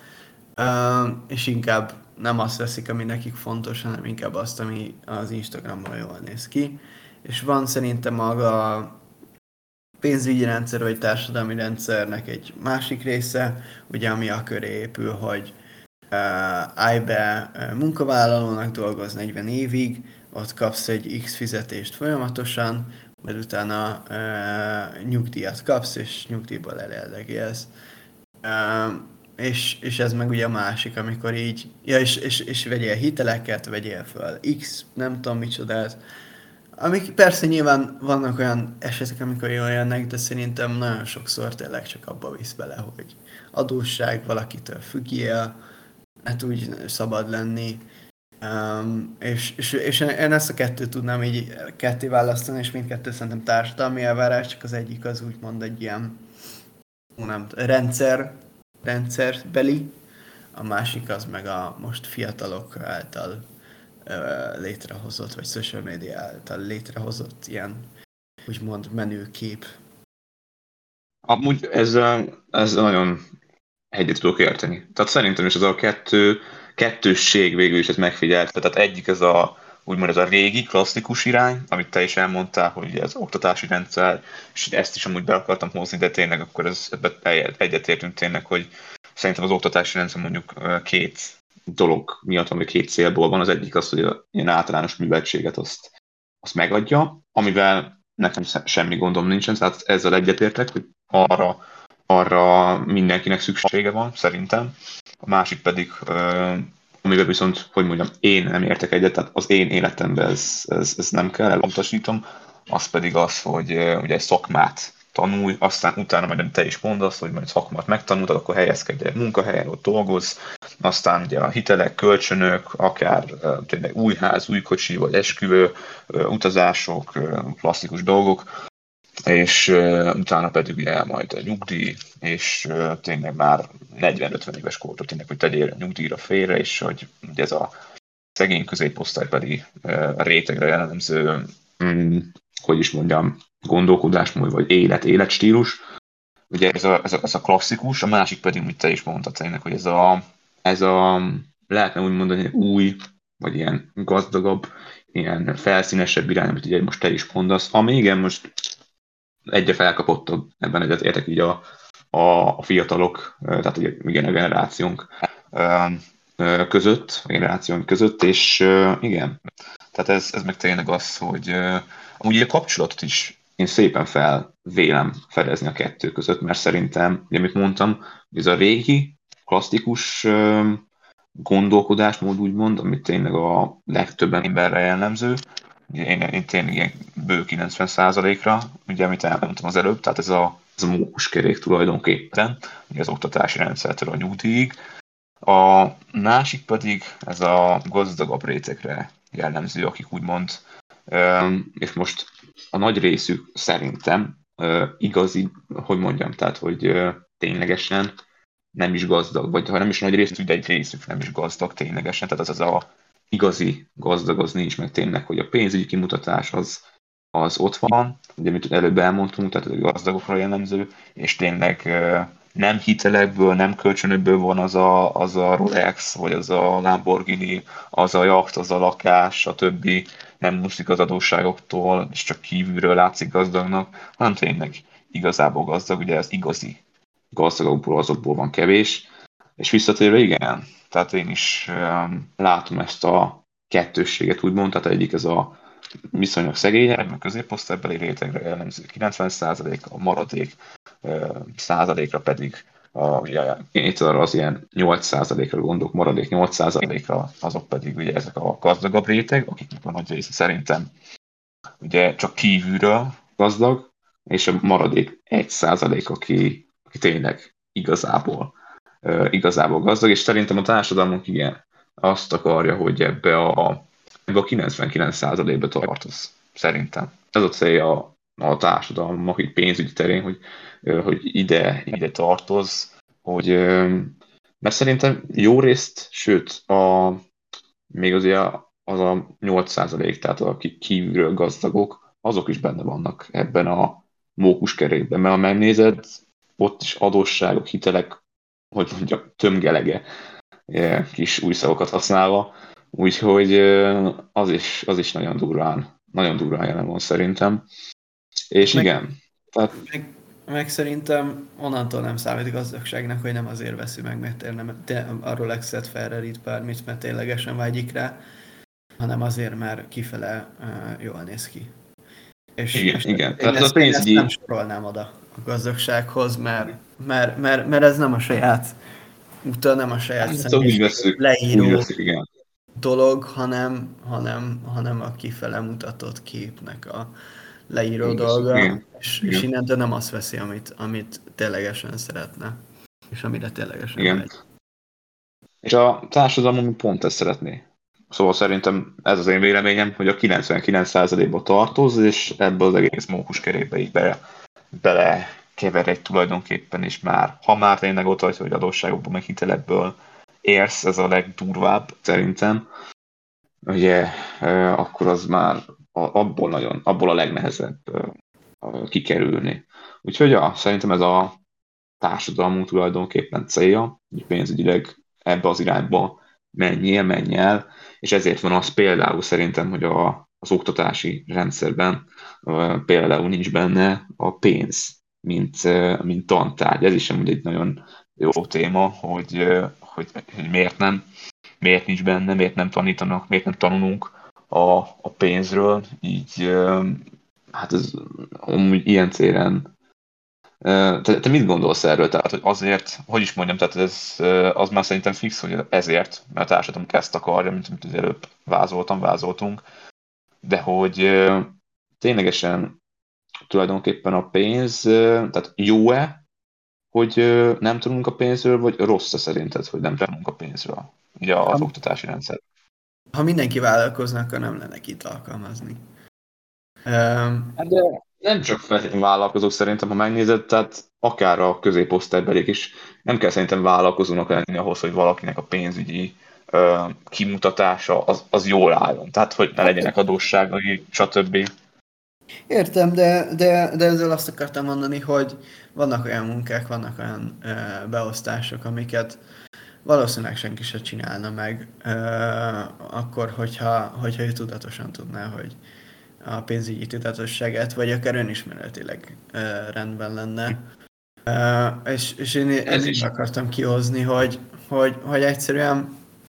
és inkább nem azt veszik, ami nekik fontos, hanem inkább azt, ami az Instagramon jól néz ki. És van szerintem maga pénzügyi rendszer vagy társadalmi rendszernek egy másik része, ugye ami a köré épül, hogy uh, állj be uh, munkavállalónak, dolgoz negyven évig, ott kapsz egy X fizetést folyamatosan, majd utána uh, nyugdíjat kapsz, és nyugdíjból elérdegélsz. Uh, és, és ez meg ugye a másik, amikor így, ja, és, és, és vegyél hiteleket, vegyél föl X, nem tudom micsodát, amik persze nyilván vannak olyan esetek, amikor jól jönnek, de szerintem nagyon sokszor tényleg csak abba visz bele, hogy adósság, valakitől függél, hát úgy szabad lenni. Um, és, és, és én ezt a kettőt tudnám így ketté választani, és mindkettő szerintem társadalmi elvárás, csak az egyik az úgymond egy ilyen nem, rendszer, rendszerbeli, a másik az meg a most fiatalok által létrehozott, vagy social media által létrehozott ilyen, úgymond menőkép. Amúgy ezzel, ezzel nagyon egyet tudok érteni. Tehát szerintem is ez a kettő, kettősség végül is ez megfigyelt. Tehát egyik ez a, úgymond ez a régi, klasszikus irány, amit te is elmondtál, hogy ez oktatási rendszer, és ezt is amúgy be akartam hozni, de tényleg akkor ez, ebben egyetértünk tényleg, hogy szerintem az oktatási rendszer mondjuk két dolog miatt, ami két célból van. Az egyik az, hogy a ilyen általános műveltséget azt, azt megadja, amivel nekem semmi gondom nincsen, tehát ezzel egyetértek, hogy arra, arra mindenkinek szüksége van, szerintem. A másik pedig, amivel viszont, hogy mondjam, én nem értek egyet, tehát az én életemben ez, ez, ez nem kell, elutasítom, az pedig az, hogy ugye egy szakmát tanulj, aztán utána majd te is mondasz, hogy majd szakmát megtanultad, akkor helyezkedj egy munkahelyen, ott dolgozz, aztán ugye a hitelek, kölcsönök, akár tényleg új ház, új kocsi, vagy esküvő, utazások, klasszikus dolgok, és utána pedig ugye majd a nyugdíj, és tényleg már negyven-ötven éves kortól tényleg, hogy tegyél a nyugdíjra félre, és hogy ugye ez a szegény középosztálybeli rétegre jellemző, hogy is mondjam, gondolkodásmód, vagy élet, életstílus. Ugye ez a, ez, a, ez a klasszikus, a másik pedig, amit te is mondtad tényleg, hogy ez a, ez a lehetne úgy mondani, új, vagy ilyen gazdagabb, ilyen felszínesebb irány, amit ugye most te is mondasz, ami igen, most egyre felkapottabb, ebben egyet értek így a, a, a fiatalok, tehát ugye igen a generációnk. között, generációnk között, és igen, tehát ez, ez meg tényleg az, hogy amúgy a kapcsolatot is én szépen fel vélem fedezni a kettő között, mert szerintem, ugye, amit mondtam, ez a régi, klasszikus gondolkodásmód úgymond, amit tényleg a legtöbb emberre jellemző, én, én tényleg ilyen bő kilencven százalékra, ugye, amit elmondtam az előbb, tehát ez a, ez a mókuskerék tulajdonképpen, ugye az oktatási rendszertől a nyugdíjig. A másik pedig ez a gazdagabb rétegre jellemző, akik úgymond, és most a nagy részük szerintem igazi, hogy mondjam, tehát, hogy ténylegesen nem is gazdag, vagy ha nem is nagy részük, de egy részük nem is gazdag ténylegesen, tehát az az a igazi gazdag az nincs meg tényleg, hogy a pénzügyi kimutatás az, az ott van, ugye, amit előbb elmondtunk, tehát a gazdagokra jellemző, és tényleg nem hitelekből, nem kölcsönökből van az a, az a Rolex, vagy az a Lamborghini, az a jacht, az a lakás, a többi nem muszik az adósságoktól, és csak kívülről látszik gazdagnak, hanem tényleg igazából gazdag, ugye ez igazi gazdagokból, azokból van kevés. És visszatérve igen, tehát én is um, látom ezt a kettősséget, úgymond, tehát egyik ez a viszonylag szegények, a középosztálybeli rétegre jellemző kilencven százalék, a maradék uh, százalékra pedig a, ugye, itt arra az ilyen nyolc százalékra gondolok, maradék nyolc százalékra, azok pedig ugye ezek a gazdagabb réteg, akiknek a nagy része szerintem ugye csak kívülről gazdag, és a maradék egy százalék, aki, aki tényleg igazából, uh, igazából gazdag, és szerintem a társadalmunk igen azt akarja, hogy ebbe a, ebbe a kilencvenkilenc százalékba tartoz, szerintem. Ez a célja a, a társadalomnak, így pénzügyi terén, hogy, uh, hogy ide, ide tartoz, hogy, uh, mert szerintem jó részt, sőt, a, még azért az a nyolc százalék, tehát akik kívülről gazdagok, azok is benne vannak ebben a mókuskerékben, mert ha megnézed, ott is adósságok, hitelek, hogy mondjam, tömgelege, ilyen kis új szavakat használva, úgyhogy az is, az is nagyon durván, nagyon durván jelen van szerintem. És Meg, igen, tehát meg, meg szerintem onnantól nem számít gazdagságnak, hogy nem azért veszi meg, mert nem, a Rolexet, Ferrarit, bármit, mert ténylegesen vágyik rá, hanem azért, mert kifele uh, jól néz ki. És, igen, és igen. én, Tehát ez a ezt, én ezt nem pénzügyi... sorolnám oda a gazdagsághoz, mert, mert, mert, mert ez nem a saját uta, nem a saját Hát, úgy személyiség veszük, úgy leíró veszük, igen. dolog, hanem, hanem, hanem a kifele mutatott képnek a leíró Úgy veszük, dolga, igen. és, és Igen. innentől nem azt veszi, amit, amit ténylegesen szeretne, és amire ténylegesen Igen. vágy. És a társadalom pont ezt szeretné. Szóval szerintem ez az én véleményem, hogy a kilencvenkilenc százalékba tartoz, és ebbe az egész mókuskerékbe így bele, bele kever egy tulajdonképpen, és már, ha már tényleg ott vagy, hogy adósságokból, meg hitelekből érsz, ez a legdurvább szerintem, ugye, e, akkor az már a- abból nagyon, abból a legnehezebb e, kikerülni. Úgyhogy ja, szerintem ez a társadalmunk tulajdonképpen célja, hogy pénzügyileg ebbe az irányba menjél, menj el, és ezért van az például szerintem, hogy a, az oktatási rendszerben uh, például nincs benne a pénz, mint, uh, mint tantárgy. Ez is amúgy egy nagyon jó téma, hogy, uh, hogy, hogy miért nem, miért nincs benne, miért nem tanítanak, miért nem tanulunk a, a pénzről, így uh, hát ez amúgy ilyen téren. Te, te mit gondolsz erről? Tehát, hogy azért, hogy is mondjam, tehát ez, az már szerintem fix, hogy ezért, mert a társadalom ezt akarja, mint amit az előbb vázoltam, vázoltunk, de hogy ténylegesen tulajdonképpen a pénz, tehát jó-e, hogy nem tudunk a pénzről, vagy rossz-e szerinted, hogy nem tudunk a pénzről? Ugye az Ha, oktatási rendszer. ha mindenki vállalkozna, akkor nem lenne kit alkalmazni. Um, Hát de nem csak feltétlenül vállalkozók szerintem, ha megnézed, tehát akár a középosztálybeliek is nem kell szerintem vállalkozónak lenni ahhoz, hogy valakinek a pénzügyi ö, kimutatása az, az jól álljon. Tehát, hogy ne legyenek adósságai, stb. Értem, de, de, de ezzel azt akartam mondani, hogy vannak olyan munkák, vannak olyan ö, beosztások, amiket valószínűleg senki se csinálna meg, ö, akkor, hogyha, hogyha ő tudatosan tudná, hogy a pénzügyi tudatosságát, vagy akár önismeretileg ö, rendben lenne. Ö, és, és én Ez ezt is. akartam kihozni, hogy, hogy, hogy egyszerűen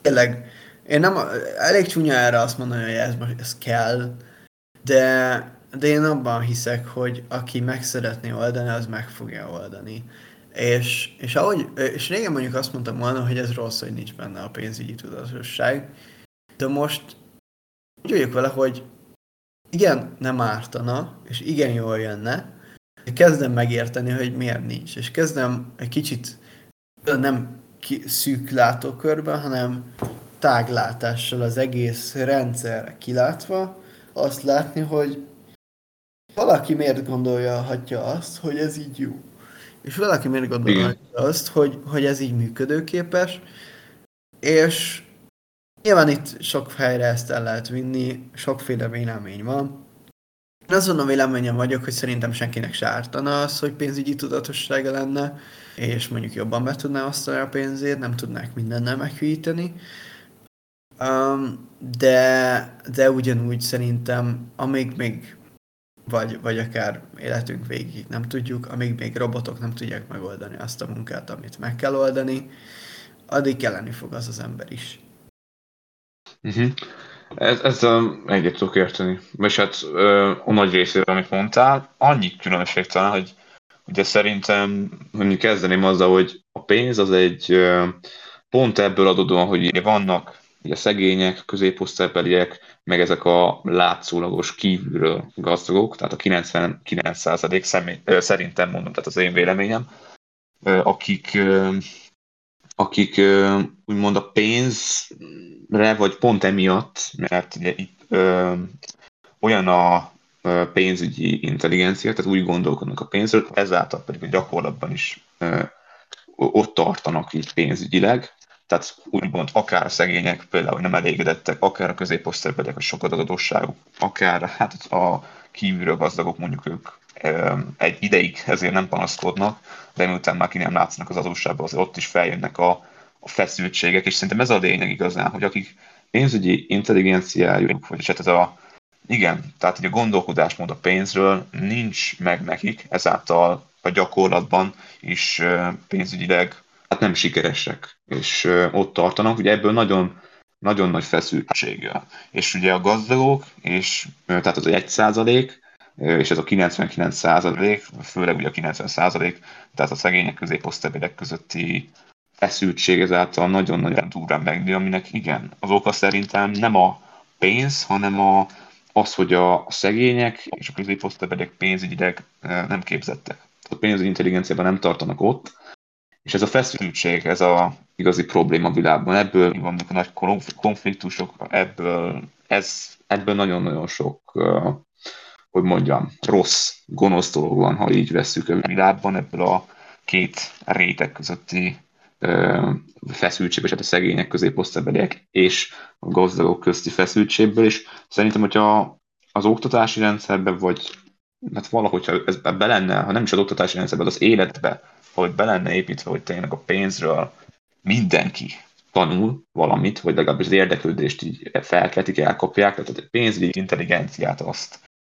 tényleg, én nem, elég csúnya erre azt mondani, hogy ez most ez kell, de, de én abban hiszek, hogy aki meg szeretné oldani, az meg fogja oldani. És, és, ahogy, és régen mondjuk azt mondtam volna, hogy ez rossz, hogy nincs benne a pénzügyi tudatosság, de most úgy vagyok vele, hogy igen, nem ártana, és igen jól jönne, de kezdem megérteni, hogy miért nincs. És kezdem egy kicsit nem ki, szűk látókörben, hanem táglátással az egész rendszerre kilátva azt látni, hogy valaki miért gondolhatja azt, hogy ez így jó. És valaki miért Igen. gondolhatja azt, hogy, hogy ez így működőképes, és nyilván itt sok helyre ezt el lehet vinni, sokféle vélemény van. Én azon a véleményem vagyok, hogy szerintem senkinek se ártana az, hogy pénzügyi tudatossága lenne, és mondjuk jobban be tudná osztani a pénzét, nem tudnák mindennel meghűíteni. Um, de, de ugyanúgy szerintem, amíg még, vagy, vagy akár életünk végig nem tudjuk, amíg még robotok nem tudják megoldani azt a munkát, amit meg kell oldani, addig kelleni fog az az ember is. Uh-huh. Ez, ezzel egyet tudok érteni. És hát ö, a nagy részéről, amit mondtál, annyi különbség talán, hogy ugye szerintem, mondjuk kezdeném azzal, hogy a pénz az egy ö, pont ebből adódóan, hogy ugye vannak ugye szegények, középosztálybeliek, meg ezek a látszólagos kívülről gazdagok, tehát a kilencvenkilenc százalék személy, ö, szerintem mondom, tehát az én véleményem, ö, akik ö, akik ö, úgymond a pénzre, vagy pont emiatt, mert ugye itt ö, olyan a ö, pénzügyi intelligencia, tehát úgy gondolkodnak a pénzről, ezáltal pedig a gyakorlatban is ö, ott tartanak így pénzügyileg, tehát úgymond akár a szegények például nem elégedettek, akár a középosztálybeliek, hogy sokat adósságuk, akár hát a kívülről gazdagok mondjuk ők ö, egy ideig ezért nem panaszkodnak, de miután már ki nem látszanak az adósságban, azért ott is feljönnek a, a feszültségek, és szerintem ez a lényeg igazán, hogy akik pénzügyi intelligenciájuk, vagy hát ez a igen, tehát hogy a gondolkodásmód a pénzről nincs meg nekik, ezáltal a gyakorlatban is ö, pénzügyileg hát nem sikeresek, és ö, ott tartanak, ugye ebből nagyon, nagyon nagy feszültség jön. És ugye a gazdagok, és ö, tehát az egy százalék, és ez a kilencvenkilenc százalék, főleg ugye a kilencven százalék, tehát a szegények középosztálybeliek közötti feszültség ezáltal nagyon-nagyon durván megnő, aminek igen, az oka szerintem nem a pénz, hanem a, az, hogy a szegények és a középosztálybeliek pénzügyileg eh, nem képzettek. A pénzügyi intelligenciában nem tartanak ott, és ez a feszültség, ez a igazi probléma a világban. Ebből vannak a nagy konfliktusok, ebből, ez, ebből nagyon-nagyon sok, uh, hogy mondjam, rossz, gonosz dolog van, ha így vesszük a világban, ebből a két réteg közötti uh, feszültség, és hát a szegények, középosztálybeliek és a gazdagok közti feszültségből, és szerintem, hogyha az oktatási rendszerben, vagy hát valahogy, ha ez be lenne, ha nem is az oktatási rendszerben, az életbe, hogy be lenne építve, hogy tényleg a pénzről mindenki tanul valamit, vagy legalábbis az érdeklődést így felkeltik, elkapják, tehát a pénzügyi intelligenciát azt,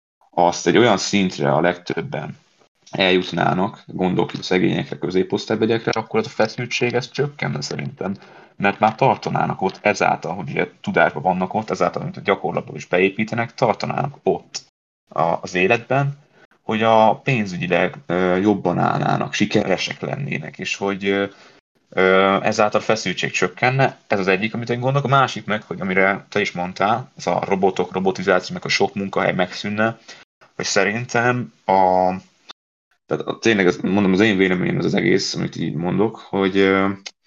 azt egy olyan szintre a legtöbben eljutnának, gondolok a szegényekre, középosztálybeliekre, akkor az a feszültség ez csökkenne szerintem, mert már tartanának ott ezáltal, hogy ugye tudásban vannak ott, ezáltal, amit a gyakorlatban is beépítenek, tartanának ott az életben, hogy a pénzügyileg jobban állnának, sikeresek lennének, és hogy ezáltal feszültség csökkenne. Ez az egyik, amit én gondolok. A másik meg, hogy amire te is mondtál, ez a robotok, robotizáció, meg a sok munkahely megszűnne, hogy szerintem a tehát tényleg, az, mondom, az én véleményem az az egész, amit így mondok, hogy uh,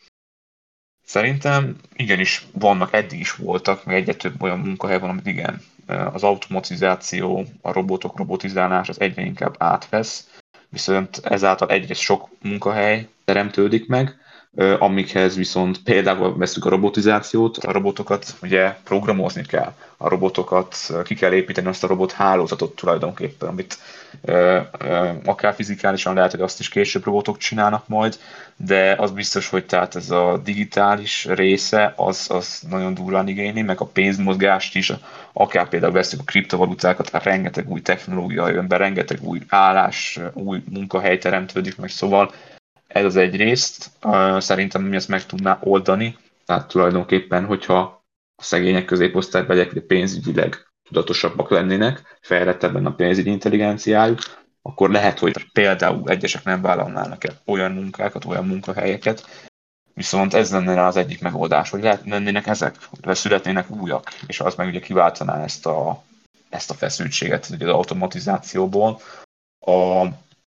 szerintem igenis vannak, eddig is voltak, meg egyre több olyan munkahely van, amit igen, az automatizáció, a robotok, robotizálás az egyre inkább átvesz, viszont ezáltal egyre sok munkahely teremtődik meg, amikhez viszont például veszük a robotizációt, a robotokat ugye programozni kell, a robotokat ki kell építeni, azt a robot hálózatot tulajdonképpen, amit akár fizikálisan lehet, hogy azt is később robotok csinálnak majd, de az biztos, hogy tehát ez a digitális része, az, az nagyon durván igényli, meg a pénzmozgást is, akár például veszük a kriptovalutákat, rengeteg új technológia jön be, rengeteg új állás, új munkahely teremtődik meg, szóval ez az egy részt, szerintem mi ezt meg tudná oldani, Tehát tulajdonképpen, hogyha a szegények középosztálybeliek ugye pénzügyileg tudatosabbak lennének, fejlettebben a pénzügyi intelligenciájuk, akkor lehet, hogy például egyesek nem vállalnának el olyan munkákat, olyan munkahelyeket, viszont ez lenne rá az egyik megoldás, hogy lehet, lennének ezek, hogy születnének újak, és az meg ugye kiváltaná ezt a, ezt a feszültséget ugye az automatizációból. A,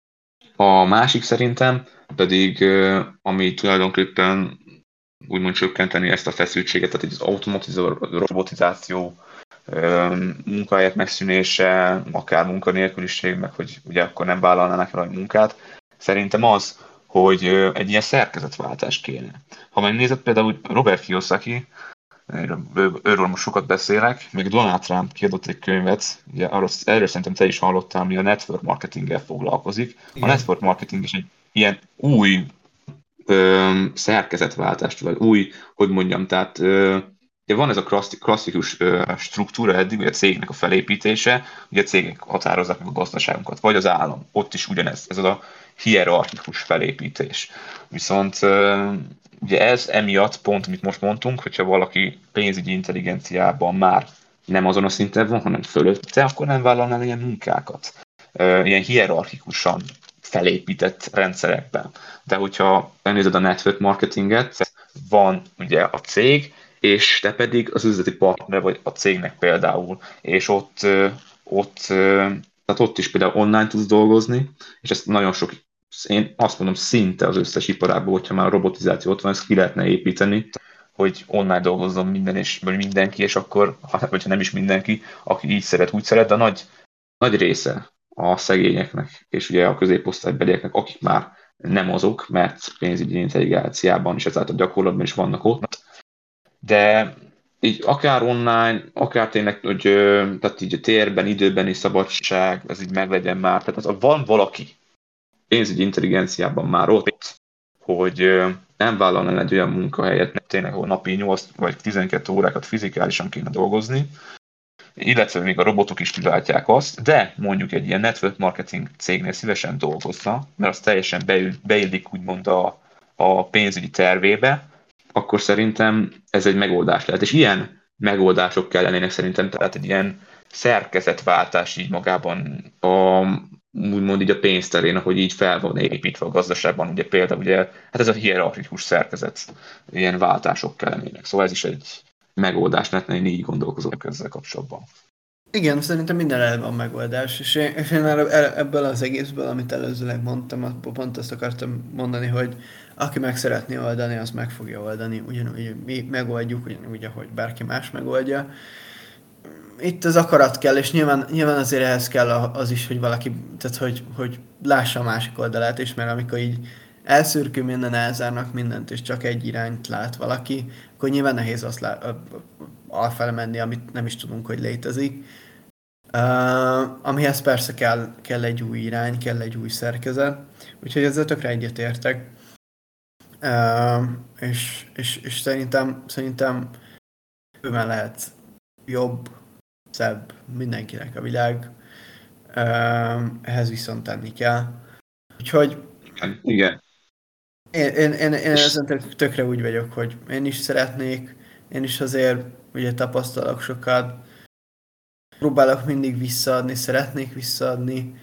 a másik szerintem pedig, ami tulajdonképpen úgymond csökkenteni ezt a feszültséget, tehát az automatizáció, robotizáció, munkahelyek megszűnése, akár munkanélküliség, meg hogy ugye akkor nem vállalnának el a munkát. Szerintem az, hogy egy ilyen szerkezetváltás kéne. Ha megnézed például Robert Kiyosaki, őről most sokat beszélek, még Donald Trump kiadott egy könyvet, ugye arról, erről szerintem te is hallottál, ami a network marketinggel foglalkozik. Igen. A network marketing is egy ilyen új ö, szerkezetváltás, vagy új, hogy mondjam, tehát ö, ugye van ez a klasszikus ö, struktúra eddig, ugye a cégnek a felépítése, ugye a cégek határozzák meg a gazdaságunkat, vagy az állam, ott is ugyanez, ez az a hierarchikus felépítés. Viszont ö, ugye ez emiatt pont, amit most mondtunk, hogyha valaki pénzügyi intelligenciában már nem azon a szinten van, hanem fölötte, akkor nem vállalnál ilyen munkákat. Ö, ilyen hierarchikusan felépített rendszerekben. De hogyha elnézed a network marketinget, van ugye a cég, és te pedig az üzleti partner vagy a cégnek például, és ott, ott, tehát ott is például online tudsz dolgozni, és ezt nagyon sok, én azt mondom, szinte az összes iparágban, hogyha már a robotizáció ott van, ezt ki lehetne építeni, hogy online dolgozzon minden és mindenki, és akkor, vagy ha nem is mindenki, aki így szeret, úgy szeret, de a nagy, nagy része a szegényeknek, és ugye a középosztálybelieknek, akik már nem azok, mert pénzügyi intelligenciában és ezáltal gyakorlatban is vannak ott, de így akár online, akár tényleg, hogy tehát így a térben, időben is szabadság, ez így meglegyen már. Tehát az, van valaki pénzügyi intelligenciában már ott, hogy nem vállalna egy olyan munkahelyet, tényleg, ahol napi nyolc vagy tizenkét órákat fizikálisan kéne dolgozni, illetve még a robotok is kilátják azt, de mondjuk egy ilyen network marketing cégnél szívesen dolgozna, mert az teljesen beillik úgymond a, a pénzügyi tervébe, akkor szerintem ez egy megoldás lehet. És ilyen megoldások kellenének szerintem, tehát egy ilyen szerkezetváltás így magában a, úgymond így a pénzterén, ahogy így fel van építve a gazdaságban, ugye például ugye, hát ez a hierarchikus szerkezet, ilyen váltások kellenének. Szóval ez is egy megoldás lehetne, én így gondolkozok ezzel kapcsolatban. Igen, szerintem minden el van megoldás, és én, és én ebből az egészből, amit előzőleg mondtam, pont azt akartam mondani, hogy aki meg szeretné oldani, az meg fogja oldani, ugyanúgy mi megoldjuk, ugyanúgy, ahogy bárki más megoldja. Itt az akarat kell, és nyilván, nyilván azért ehhez kell az is, hogy valaki, tehát hogy, hogy lássa a másik oldalát is, mert amikor így elszürkül minden, elzárnak mindent, és csak egy irányt lát valaki, akkor nyilván nehéz azt lá- alfele menni, amit nem is tudunk, hogy létezik. Uh, amihez persze kell, kell egy új irány, kell egy új szerkezet, úgyhogy ezzel tökre egyetértek. Uh, és, és, és szerintem, szerintem bőven lehet jobb, szebb mindenkinek a világ. Uh, ehhez viszont tenni kell. Úgyhogy igen. Én, én, én, én ezen tök, tökre úgy vagyok, hogy én is szeretnék, én is azért ugye tapasztalok sokat, próbálok mindig visszaadni, szeretnék visszaadni,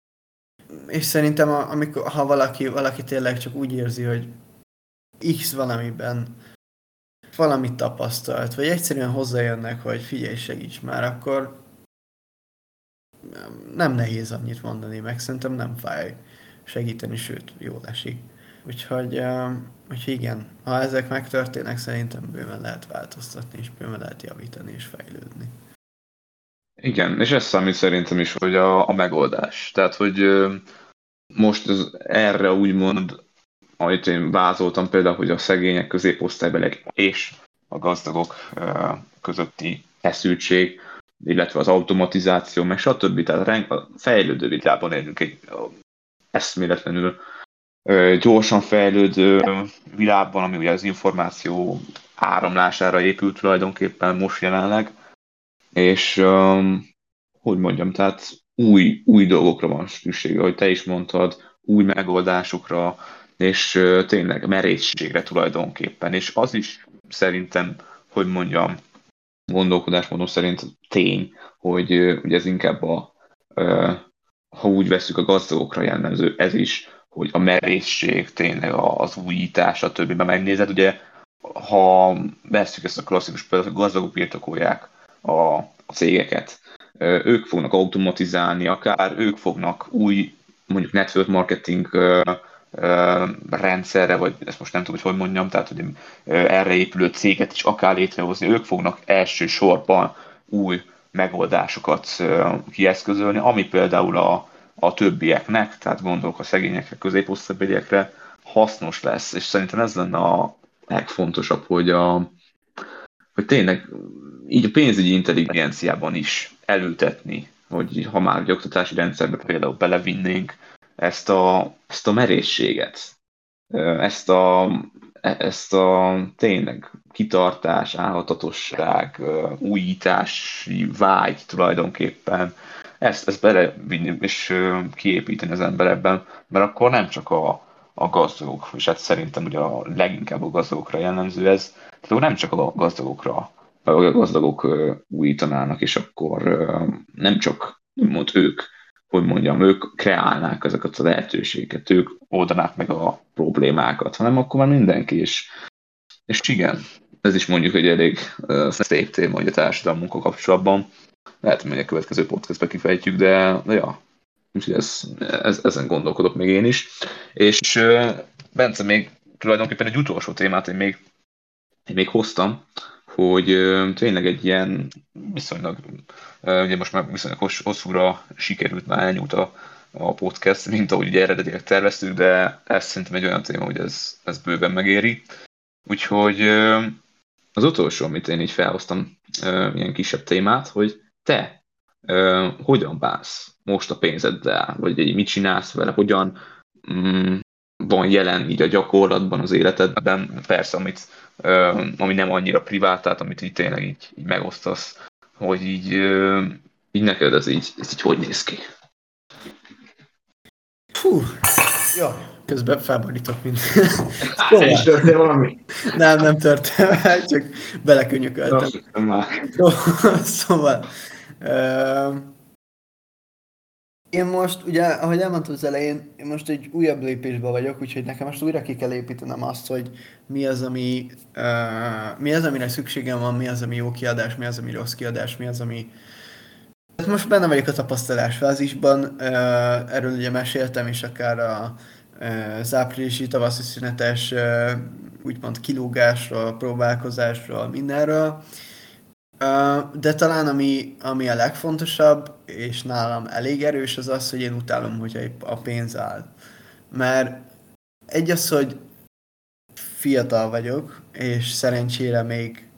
és szerintem amikor, ha valaki, valaki tényleg csak úgy érzi, hogy X valamiben valamit tapasztalt, vagy egyszerűen hozzájönnek, hogy figyelj, segíts már, akkor nem nehéz annyit mondani, meg szerintem nem fáj segíteni, sőt, jól esik. Úgyhogy, uh, úgyhogy igen, ha ezek megtörténnek, szerintem bőven lehet változtatni, és bőven lehet javítani és fejlődni. Igen, és ez számít szerintem is, hogy a, a megoldás. Tehát, hogy uh, most az, erre úgymond, ahogy én vázoltam például, hogy a szegények, középosztálybeliek és a gazdagok uh, közötti feszültség, illetve az automatizáció, meg stb. Tehát a fejlődő világban élünk egy eszméletlenül gyorsan fejlődő világban, ami ugye az információ áramlására épült tulajdonképpen most jelenleg, és um, hogy mondjam, tehát új, új dolgokra van szüksége, ahogy te is mondtad, új megoldásokra, és uh, tényleg merészségre tulajdonképpen, és az is szerintem, hogy mondjam, gondolkodásmódom szerint tény, hogy ö, ugye ez inkább a, ö, ha úgy vesszük, a gazdagokra jellemző ez is, hogy a merészség, tényleg az újítás, a többiben megnézed, ugye ha vesszük ezt a klasszikus példát, a gazdagok birtokolják a, a cégeket, ö, ők fognak automatizálni, akár ők fognak új, mondjuk network marketing ö, ö, rendszerre, vagy ezt most nem tudom, hogy hogy mondjam, tehát hogy ö, erre épülő céget is akár létrehozni, ők fognak elsősorban új megoldásokat ö, kieszközölni, ami például a, a többieknek, tehát gondolok a szegényekre, középosztálybeliekre hasznos lesz, és szerintem ez lenne a legfontosabb, hogy, a, hogy tényleg így a pénzügyi intelligenciában is elültetni, hogy ha már egy oktatási rendszerbe például belevinnénk ezt a, ezt a merészséget, ezt a, ezt a tényleg kitartás, álhatatosság, újítási vágy tulajdonképpen, ezt, ezt belevinni és kiépíteni az emberekben, mert akkor nem csak a, a gazdagok, és hát szerintem ugye a leginkább a gazdagokra jellemző ez, tehát akkor nem csak a gazdagokra, a gazdagok újítanának, és akkor nem csak mond ők, hogy mondjam, ők kreálnák ezeket a lehetőségeket, ők oldanák meg a problémákat, hanem akkor már mindenki is. És igen, ez is mondjuk egy elég uh, szép téma, hogy a társadalmunkkal kapcsolatban. Lehet, hogy a következő podcastbe kifejtjük, de, de ja, úgyhogy ez, ez, ezen gondolkodok még én is. És uh, Bence, még tulajdonképpen egy utolsó témát én még, én még hoztam, hogy uh, tényleg egy ilyen viszonylag, uh, ugye most már viszonylag hossz, hosszúra sikerült már elnyújt a, a podcast, mint ahogy ugye eredetileg terveztük, de ez szerintem egy olyan téma, hogy ez, ez bőven megéri. Úgyhogy uh, az utolsó, amit én így felhoztam, uh, ilyen kisebb témát, hogy te uh, hogyan bánsz most a pénzeddel, vagy így mit csinálsz vele, hogyan um, van jelen így a gyakorlatban, az életedben, persze, amit, uh, ami nem annyira privát, tehát amit így tényleg így, így megosztasz, hogy így, uh, így neked ez így, ez így hogy néz ki? Hú, jó. Közben felborítok mindent. Szóval is történt valami? Nem, nem történt, csak belekönyököltem. Szóval, szóval uh, én most, ugye, ahogy elmondtam az elején, én most egy újabb lépésben vagyok, úgyhogy nekem most újra ki kell építenem azt, hogy mi az, ami, uh, mi az, amire szükségem van, mi az, ami jó kiadás, mi az, ami rossz kiadás, mi az, ami... Hát most benne vagyok a tapasztalás fázisban, uh, erről ugye meséltem is akár a az áprilisi tavaszi szünetes úgymond kilógásról, próbálkozásról, mindenről. De talán ami, ami a legfontosabb, és nálam elég erős, az az, hogy én utálom, hogyha a pénz áll. Mert egy az, hogy fiatal vagyok, és szerencsére még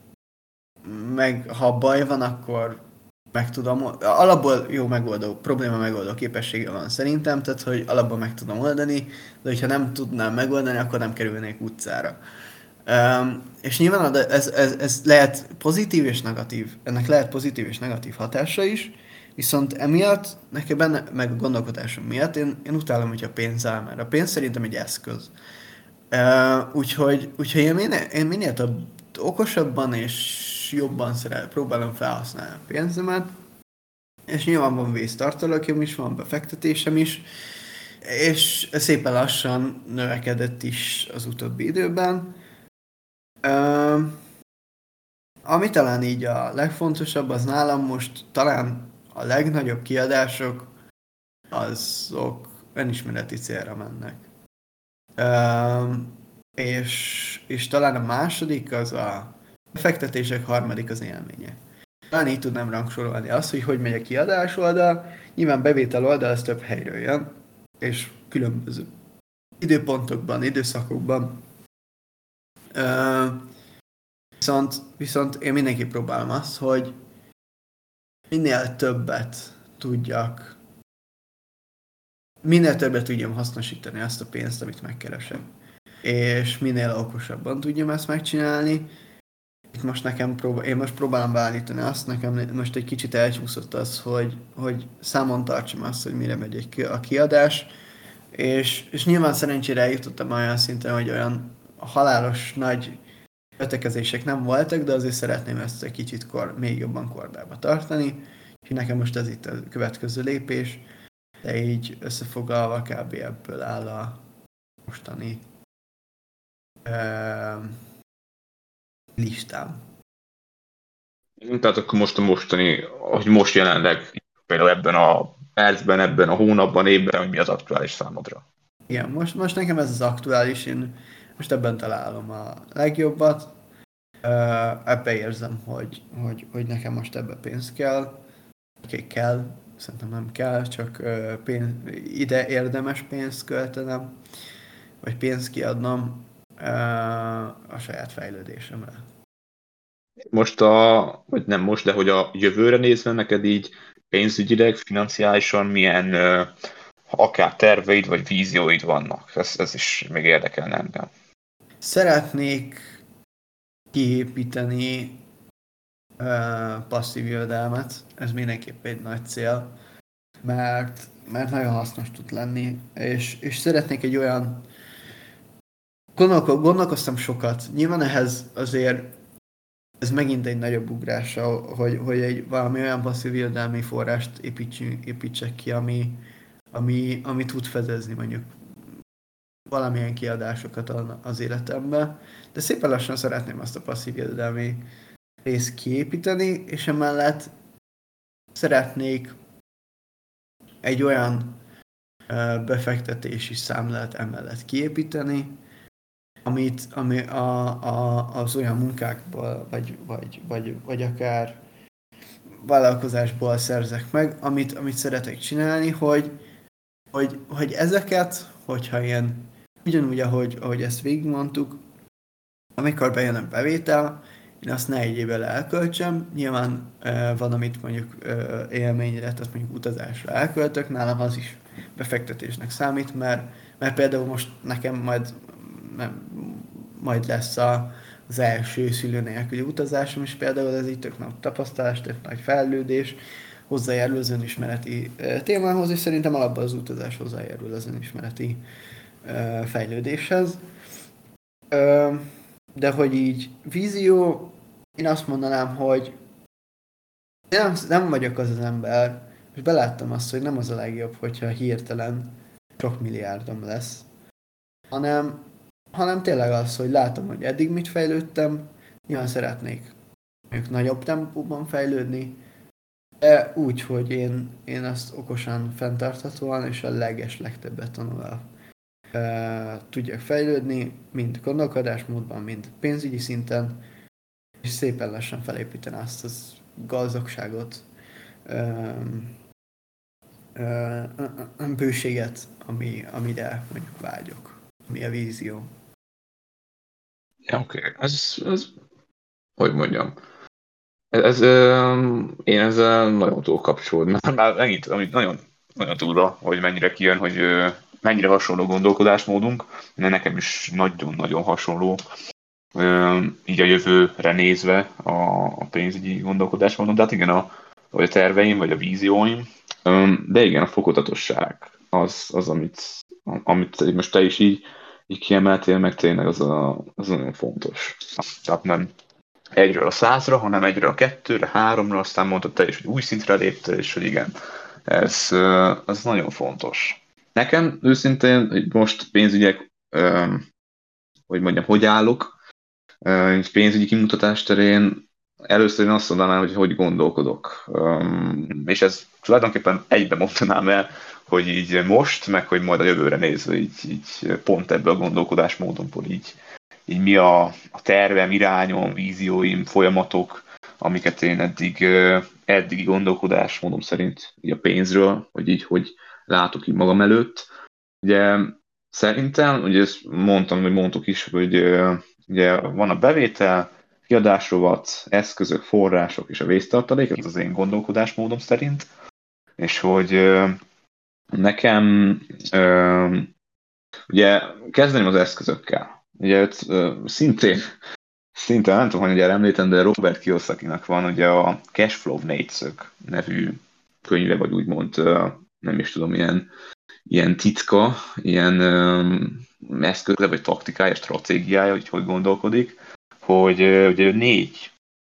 meg ha baj van, akkor meg tudom, alapból jó megoldó, probléma megoldó képessége van szerintem, tehát hogy alapból meg tudom oldani, de hogyha nem tudnám megoldani, akkor nem kerülnék utcára. Um, és nyilván ez, ez, ez lehet pozitív és negatív, ennek lehet pozitív és negatív hatása is, viszont emiatt, nekem benne, meg a gondolkodásom miatt, én, én utálom, hogy a pénz áll, mert a pénz szerintem egy eszköz. Uh, úgyhogy, úgyhogy én, minél, én minél több okosabban és jobban szeret, próbálom felhasználni a pénzemet, és nyilván van vésztartalékom is, van befektetésem is, és szépen lassan növekedett is az utóbbi időben. Uh, ami talán így a legfontosabb, az nálam most talán a legnagyobb kiadások, azok önismereti célra mennek. Uh, és, és talán a második az a befektetések, harmadik az élménye. Talán így tudnám rangsorolni azt, hogy hogy megy a kiadás oldal, nyilván bevétel oldal, ez több helyről jön, és különböző időpontokban, időszakokban. Uh, viszont, viszont én mindenképp próbálom azt, hogy minél többet tudjak, minél többet tudjam hasznosítani azt a pénzt, amit megkeresek. És minél okosabban tudjam ezt megcsinálni. Itt most nekem próbál, én most próbálom beállítani azt, nekem most egy kicsit elcsúszott az, hogy, hogy számon tartsam azt, hogy mire megy egy, a kiadás, és, és nyilván szerencsére eljutottam olyan szinten, hogy olyan halálos nagy kötekezések nem voltak, de azért szeretném ezt egy kicsit kor, még jobban kordába tartani. Úgyhogy nekem most ez itt a következő lépés, de így összefoglalva kb. Ebből áll a mostani uh, listám. Tehát akkor most a mostani, hogy most jelenleg, például ebben a percben, ebben a hónapban, évben, hogy mi az aktuális számodra. Igen, most, most nekem ez az aktuális, én most ebben találom a legjobbat. Uh, ebbe érzem, hogy, hogy, hogy nekem most ebbe pénz kell. Oké, okay, kell, szerintem nem kell, csak uh, pénz, ide érdemes pénzt költenem, vagy pénzt kiadnom uh, a saját fejlődésemre. Most a, vagy nem most, de hogy a jövőre nézve neked így pénzügyileg, financiálisan milyen uh, akár terveid vagy vízióid vannak? Ez, ez is még érdekelne engem. Szeretnék kiépíteni uh, passzív jövedelmet, ez mindenképp egy nagy cél, mert, mert nagyon hasznos tud lenni, és, és szeretnék egy olyan, Gondolko, gondolkoztam sokat, nyilván ehhez azért ez megint egy nagyobb ugrás, hogy, hogy egy valami olyan passzív jövedelmi forrást építsek ki, ami, ami, ami tud fedezni mondjuk valamilyen kiadásokat az életemben, de szépen lassan szeretném azt a passzív jövedelmi részt kiépíteni, és emellett szeretnék egy olyan befektetési számlát emellett kiépíteni, amit ami a, a, az olyan munkákból, vagy, vagy, vagy, vagy akár vállalkozásból szerzek meg, amit, amit szeretek csinálni, hogy, hogy, hogy ezeket, hogyha ilyen, ugyanúgy, ahogy, ahogy ezt végigmondtuk, amikor bejön a bevétel, én azt ne egy évvel elköltsem, nyilván e, van, amit mondjuk e, élményre, tehát mondjuk utazásra elköltök, nálam az is befektetésnek számít, mert, mert például most nekem majd, nem, majd lesz a, az első szülő nélküli utazásom is, például ez így tök nagy tapasztalás, tök nagy fejlődés, hozzájárul az önismereti e, témához, és szerintem alapban az utazás hozzájárul az önismereti e, fejlődéshez. E, De hogy így vízió, én azt mondanám, hogy nem, nem vagyok az az ember, és beláttam azt, hogy nem az a legjobb, hogyha hirtelen sok milliárdom lesz, hanem, hanem tényleg az, hogy látom, hogy eddig mit fejlődtem, nyilván szeretnék mondjuk nagyobb tempóban fejlődni, de úgy, hogy én, én azt okosan, fenntarthatóan és a leges legtöbbet tanulva Uh, tudjak fejlődni, mind gondolkodásmódban, mind pénzügyi szinten, és szépen lassan felépíteni azt az gazdagságot, um, uh, uh, bőséget, ami, amire mondjuk vágyok, ami a vízió. Ja, oké. Okay. Ez, ez, hogy mondjam, ez, ez um, én ezzel nagyon túl kapcsolódom. Már, már megint, amit nagyon, nagyon túlra, hogy mennyire kijön, hogy uh, mennyire hasonló gondolkodásmódunk, de nekem is nagyon-nagyon hasonló, így a jövőre nézve a, a pénzügyi gondolkodásmódom, de hát igen, a, vagy a terveim, vagy a vízióim, de igen, a fokozatosság az, az amit, amit most te is így, így kiemeltél, meg tényleg az, a, az nagyon fontos. Tehát nem egyről a százra, hanem egyről a kettőre, háromra, aztán mondtad te is, hogy új szintre léptél, és hogy igen, ez, ez nagyon fontos. Nekem őszintén, hogy most pénzügyek, um, hogy mondjam, hogy állok, uh, pénzügyi kimutatás terén először én azt mondanám, hogy hogy gondolkodok. Um, és ez tulajdonképpen egyben mondanám el, hogy így most, meg hogy majd a jövőre nézve, így, így pont ebből a gondolkodásmódomból így, így mi a, a tervem, irányom, vízióim, folyamatok, amiket én eddig, uh, eddigi gondolkodásmódom szerint így a pénzről, hogy így, hogy látok így magam előtt. Ugye szerintem, ugye ezt mondtam, hogy mondtuk is, hogy ugye van a bevétel, kiadásrovat, eszközök, források és a vésztartalék, ez az én gondolkodásmódom szerint, és hogy nekem ugye kezdeném az eszközökkel. Ugye szintén, szintén nem tudom, hogy ugye említem, de Robert Kiyosakinak van ugye a Cashflow négyszög nevű könyve, vagy úgymond nem is tudom, ilyen, ilyen titka, ilyen um, eszköze, vagy taktikája, stratégiája, hogy hogy gondolkodik, hogy ugye négy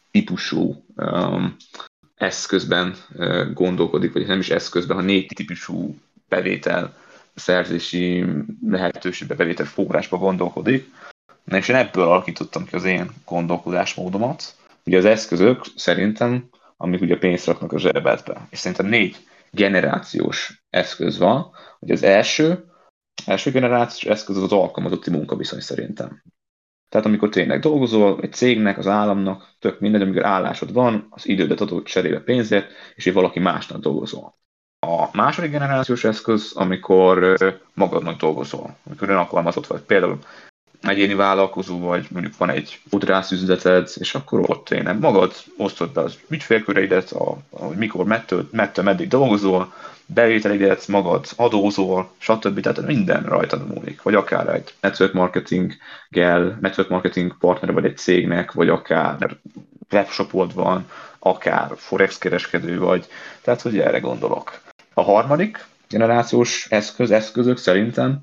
típusú um, eszközben uh, gondolkodik, vagy nem is eszközben, hanem négy típusú bevétel szerzési lehetőségbe, bevétel forrásba gondolkodik. Na és én ebből alakítottam ki az én gondolkodásmódomat. Ugye az eszközök szerintem, amik ugye pénzt raknak a zsebedbe, és szerintem négy generációs eszköz van. Ugye az első, első generációs eszköz az az alkalmazotti munkaviszony szerintem. Tehát amikor tényleg dolgozol, egy cégnek, az államnak, tök mindegy, amikor állásod van, az idődet adott cserébe pénzért, és így valaki másnak dolgozol. A második generációs eszköz, amikor magadnak dolgozol, amikor önalkalmazott vagy. Például egyéni vállalkozó vagy, mondjuk van egy fodrászüzleted, és akkor ott tényleg magad osztod be az ügyfélköreidet, a, a, hogy mikor, mettől, mettől meddig dolgozol, bevételidet, magad adózol, stb. Tehát minden rajtad múlik. Vagy akár egy network marketinggel, network marketing partner vagy egy cégnek, vagy akár webshopod van, akár forex kereskedő vagy. Tehát, hogy erre gondolok. A harmadik generációs eszköz, eszközök szerintem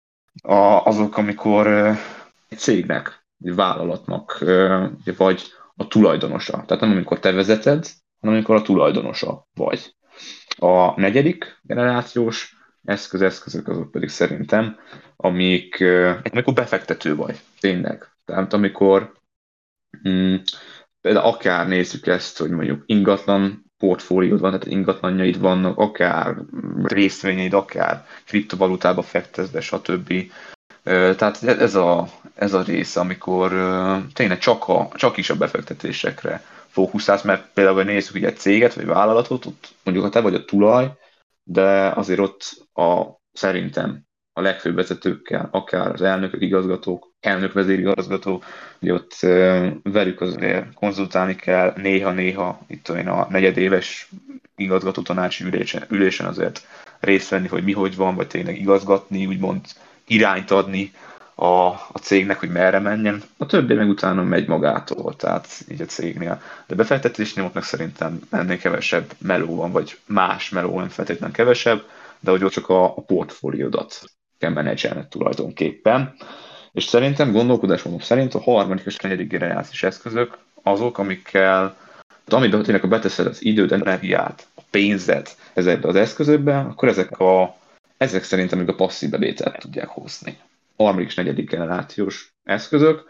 a, azok, amikor egy cégnek, egy vállalatnak vagy a tulajdonosa. Tehát nem amikor te vezeted, hanem amikor a tulajdonosa vagy. A negyedik generációs eszköz, eszközök azok pedig szerintem, amik, amikor befektető vagy, tényleg. Tehát amikor mm, például akár nézzük ezt, hogy mondjuk ingatlan portfóliód van, tehát ingatlanjaid vannak, akár részvényeid, akár kriptovalutába fektetsz be, stb. Tehát ez a, ez a rész, amikor tényleg csak, a, csak is a befektetésekre fókuszálsz, mert például, hogy nézzük így egy céget, vagy vállalatot, ott mondjuk, ha te vagy a tulaj, de azért ott a, szerintem a legfőbb vezetőkkel, akár az elnökök, igazgatók, elnök vezérigazgató, hogy ott velük azért konzultálni kell, néha-néha itt olyan a negyedéves igazgató tanácsi ülésen, ülésen azért részt venni, hogy mi hogy van, vagy tényleg igazgatni, úgymond irányt adni a, a cégnek, hogy merre menjen. A többi meg utána megy magától, tehát így a cégnél. De befektetésnél ott meg szerintem ennél kevesebb meló van, vagy más meló, nem feltétlenül kevesebb, de hogy ott csak a, a portfóliódat kell menedzselned tulajdonképpen. És szerintem gondolkodásmódom szerint a harmadik és negyedik generációs eszközök azok, amikkel, amiben tényleg beteszed az időd, energiát, a pénzed ezekbe az eszközökbe, akkor ezek, a, ezek szerintem még a passzív bevételt tudják hozni. A harmadik és negyedik generációs eszközök,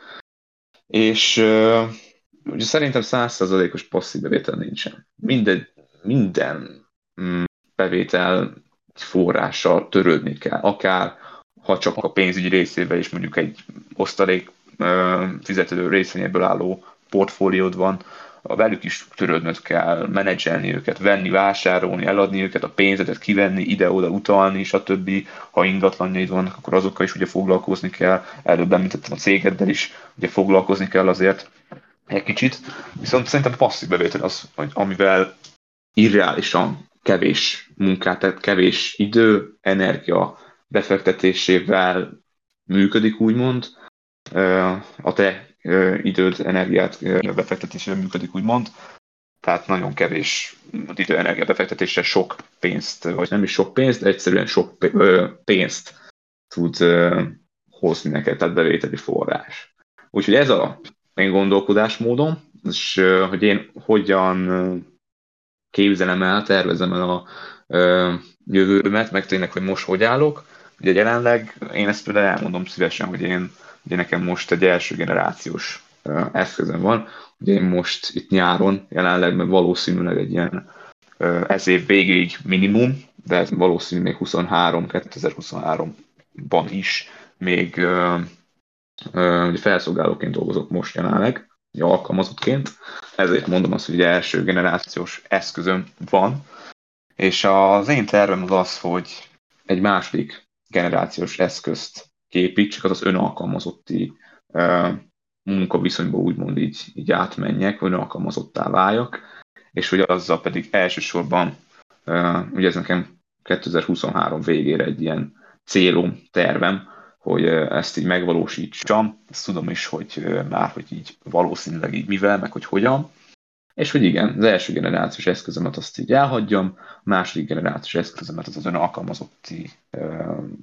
és uh, ugye szerintem száz százalékos passzív bevétel nincsen. Minden, minden mm, bevétel forrással törődni kell, akár ha csak a pénzügyi részével is mondjuk egy osztalék fizető részvényekből álló portfóliód van, velük is törődnöd kell, menedzselni őket, venni, vásárolni, eladni őket, a pénzedet kivenni, ide-oda utalni, stb. Ha ingatlanjaid vannak, akkor azokkal is ugye foglalkozni kell, előbb említettem a cégeddel is, ugye foglalkozni kell azért egy kicsit. Viszont szerintem a passzív bevétel az, amivel irreálisan kevés munkát, tehát kevés idő, energia befektetésével működik, úgymond. A te időd, energiát befektetésével működik, úgymond. Tehát nagyon kevés idő, energia befektetéssel sok pénzt, vagy nem is sok pénzt, de egyszerűen sok pénzt tud hozni neked, tehát bevételi forrás. Úgyhogy ez a én gondolkodásmódom, és hogy én hogyan képzelem el, tervezem el a jövőmet, meg tényleg, hogy most hogy állok. Ugye jelenleg én ezt például elmondom szívesen, hogy én, ugye nekem most egy első generációs uh, eszközem van. Ugye én most itt nyáron jelenleg, mert valószínűleg egy ilyen uh, ez év végéig minimum, de ez valószínűleg még huszonhárom, kétezer-huszonháromban is még uh, uh, felszolgálóként dolgozok most jelenleg, ugye alkalmazottként. Ezért mondom azt, hogy első generációs eszközöm van, és az én tervem az az, hogy egy második generációs eszközt képítsek, az az önalkalmazotti uh, munkaviszonyba úgymond így, így átmenjek, önalkalmazottá váljak, és hogy azzal pedig elsősorban, uh, ugye ez nekem kétezer-huszonhárom végére egy ilyen célom, tervem, hogy uh, ezt így megvalósítsam. Ezt tudom is, hogy uh, már, hogy így valószínűleg így mivel, meg hogy hogyan. És hogy igen, az első generációs eszközömet azt így elhagyjam, a második generációs eszközömet az az önalkalmazotti,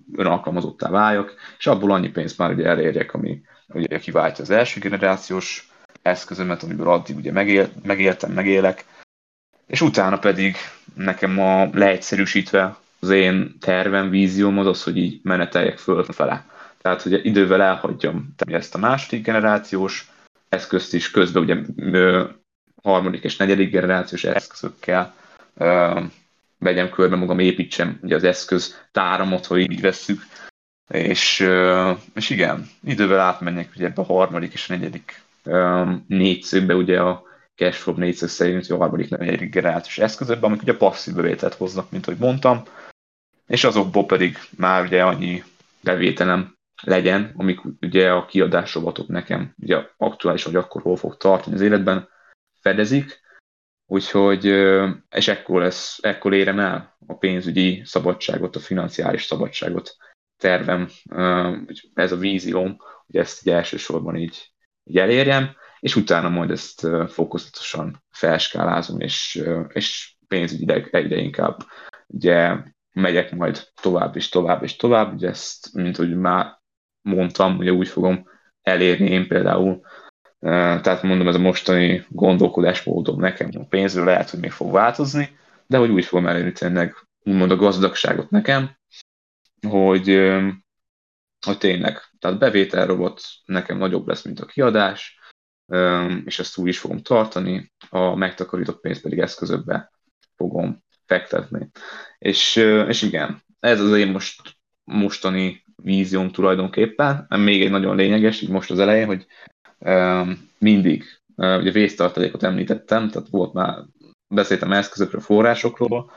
önalkalmazottá váljak, és abból annyi pénzt már ugye elérjek, ami ugye kiváltja az első generációs eszközömet, amiből addig ugye megél, megéltem, megélek, és utána pedig nekem a leegyszerűsítve az én tervem, vízióm az az, hogy így meneteljek fölfele. Tehát, hogy idővel elhagyjam ezt a második generációs eszközt is, közben ugye ö, harmadik és negyedik generációs eszközökkel ö, vegyem körbe magam, építsem ugye az eszköz táramot, ha így vesszük, és, ö, és igen, idővel átmenjek ugye ebbe a harmadik és a negyedik ö, négyszögbe, ugye a cashflow négyszög szerint a harmadik, negyedik generációs eszközökbe, amik ugye passzív bevételt hoznak, mint ahogy mondtam, és azokból pedig már ugye annyi bevételem legyen, amik ugye a kiadásrobotok nekem ugye aktuális, vagy akkor hol fog tartani az életben, fedezik, úgyhogy, és ekkor, lesz, ekkor érem el a pénzügyi szabadságot, a financiális szabadságot, tervem, ez a vízióm, hogy ezt így elsősorban így, így elérjem, és utána majd ezt fokozatosan felskálázom, és, és pénzügyileg egyre inkább ugye megyek majd tovább és tovább és tovább, ugye ezt, mint hogy már mondtam, ugye úgy fogom elérni én például, tehát mondom, ez a mostani gondolkodásmódom nekem a pénzről lehet, hogy még fog változni, de hogy úgy fogom elérni tényleg úgymond a gazdagságot nekem, hogy, hogy tényleg, tehát bevételrobot nekem nagyobb lesz, mint a kiadás, és ezt úgy is fogom tartani, a megtakarított pénzt pedig eszközökbe fogom fektetni. És, és igen, ez az én most mostani vízióm tulajdonképpen, még egy nagyon lényeges, így most az elején, hogy mindig, ugye vésztartalékot említettem, tehát volt már, beszéltem eszközökről, forrásokról,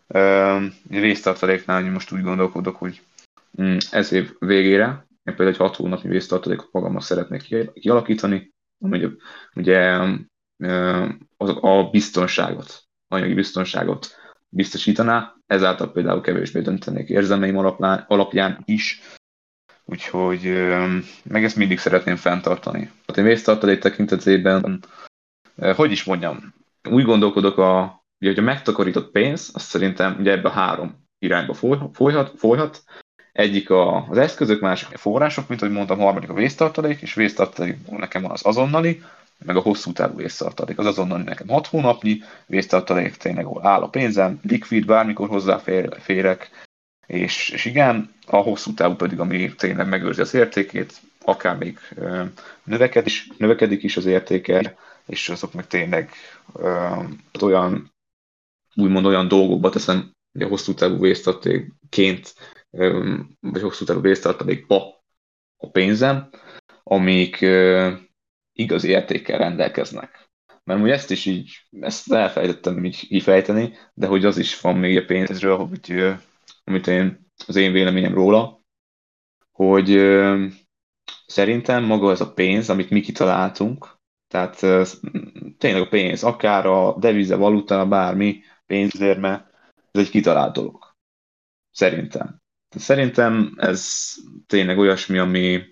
ugye vésztartaléknál most úgy gondolkodok, hogy ez év végére, én például egy hat hónapnyi vésztartalékot magamnak szeretnék kialakítani, ami ugye a biztonságot, anyagi biztonságot biztosítaná, ezáltal például kevésbé döntenék érzelmeim alapján is, úgyhogy meg ezt mindig szeretném fenntartani. Hát én vésztartalék tekintetében, hogy is mondjam, úgy gondolkodok, a, ugye, hogy a megtakarított pénz, azt szerintem ugye ebbe a három irányba folyhat, folyhat. Egyik a, az eszközök, másik a források, mint ahogy mondtam, harmadik a vésztartalék, és vésztartalék nekem van az azonnali, meg a hosszú távú vésztartalék. Az azonnali nekem hat hónapnyi, vésztartalék tényleg ahol áll a pénzem, likvid, bármikor hozzáférek, és, és igen, a hosszú távú pedig, ami tényleg megőrzi az értékét, akár még ö, növeked is, növekedik is az értéke, és azok meg tényleg ö, olyan, úgymond olyan dolgokba teszem, hogy a hosszú távú vésztartalékként, ö, vagy hosszú távú vésztartalékba a pénzem, amik ö, igazi értékkel rendelkeznek. Mert ugye ezt is így, ezt elfelejtettem így kifejteni, de hogy az is van még a pénzről, hogy, amit én, az én véleményem róla, hogy ö, szerintem maga ez a pénz, amit mi kitaláltunk, tehát ö, tényleg a pénz, akár a devize, valuta, bármi, pénzérme, ez egy kitalált dolog. Szerintem. Szerintem ez tényleg olyasmi, ami,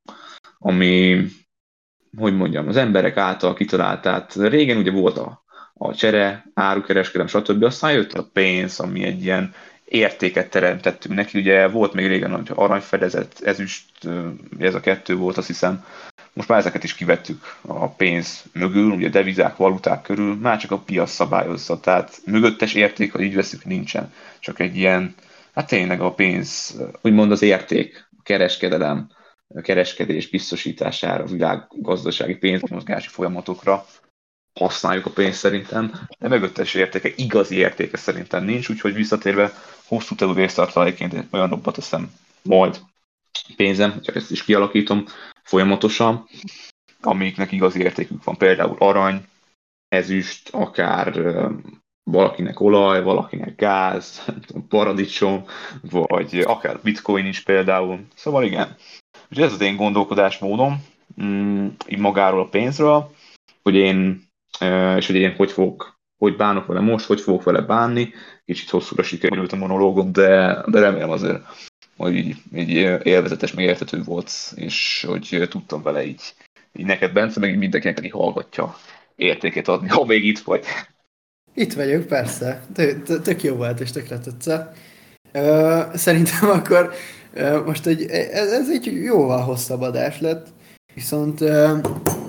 ami hogy mondjam, az emberek által kitalált, tehát régen ugye volt a, a csere, árukereskedelem, stb. Aztán jött a pénz, ami egy ilyen értéket teremtettünk neki, ugye volt még régen hogy aranyfedezet, ezüst, ez a kettő volt, azt hiszem, most már ezeket is kivettük a pénz mögül, ugye devizák, valuták körül, már csak a piac szabályozza, tehát mögöttes érték, ha így veszük, nincsen, csak egy ilyen, hát tényleg a pénz, úgymond az érték, a kereskedelem, a kereskedés biztosítására, a világgazdasági pénzmozgási folyamatokra használjuk a pénzt szerintem, de mögöttes értéke, igazi értéke szerintem nincs, úgyhogy visszatérve hosszú távú vésztartalékként olyanokba teszem majd pénzem, csak ezt is kialakítom folyamatosan, amiknek igazi értékük van, például arany, ezüst, akár valakinek olaj, valakinek gáz, paradicsom, vagy akár bitcoin is például, szóval igen. És ez az én gondolkodásmódom, így magáról a pénzről, hogy én, és hogy én hogy fogok, hogy bánok vele most, hogy fogok vele bánni. Kicsit hosszúra sikerült a monológom, de, de remélem azért, hogy így, így élvezetes, meg érthető volt, és hogy tudtam vele így, így neked, Bence, meg így mindenkinek, aki hallgatja, értéket adni, ha még itt vagy. Itt vagyok, persze. Tök jó volt, és tökre tetszett. Szerintem akkor most egy, ez egy jóval hosszabb adás lett, viszont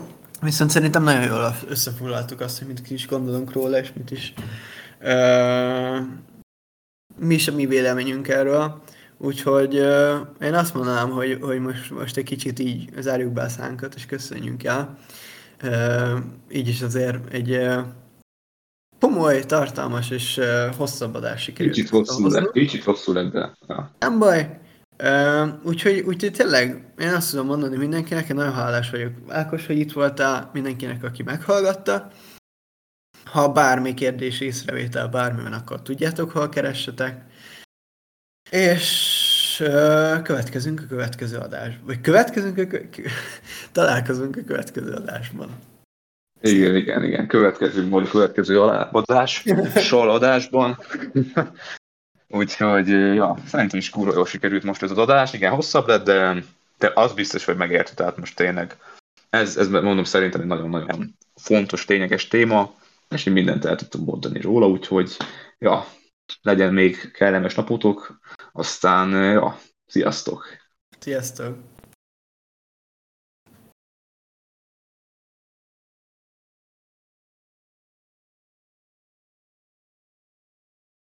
Viszont szerintem nagyon jól összefoglaltuk azt, hogy mit is gondolunk róla, és mit is uh, mi is a mi véleményünk erről. Úgyhogy uh, én azt mondanám, hogy, hogy most, most egy kicsit így zárjuk be a szánkat, és köszönjünk el. Uh, így is azért egy uh, komoly, tartalmas és uh, hosszabb adás sikerült. Kicsit hosszú lett, kicsit hosszú lett, de... Ja. Nem baj. Uh, úgyhogy, úgyhogy tényleg én azt tudom mondani mindenkinek, én nagyon hálás vagyok, Ákos, hogy itt voltál, mindenkinek, aki meghallgatta. Ha bármi kérdés, észrevétel, bármi van, akkor tudjátok, hol keressetek. És uh, következünk a következő adásban. Vagy következünk a kö- találkozunk a következő adásban. Igen, igen, igen. Következünk majd a következő adás, sol adásban. Úgyhogy, ja, szerintem is kurva jól sikerült most ez az adás. Igen, hosszabb lett, de, de az biztos, hogy megérti. Tehát most tényleg, ez, ez mondom, szerintem egy nagyon-nagyon fontos, tényleges téma, és én mindent el tudtam mondani róla, úgyhogy, ja, legyen még kellemes napotok, aztán, ja, sziasztok! Sziasztok!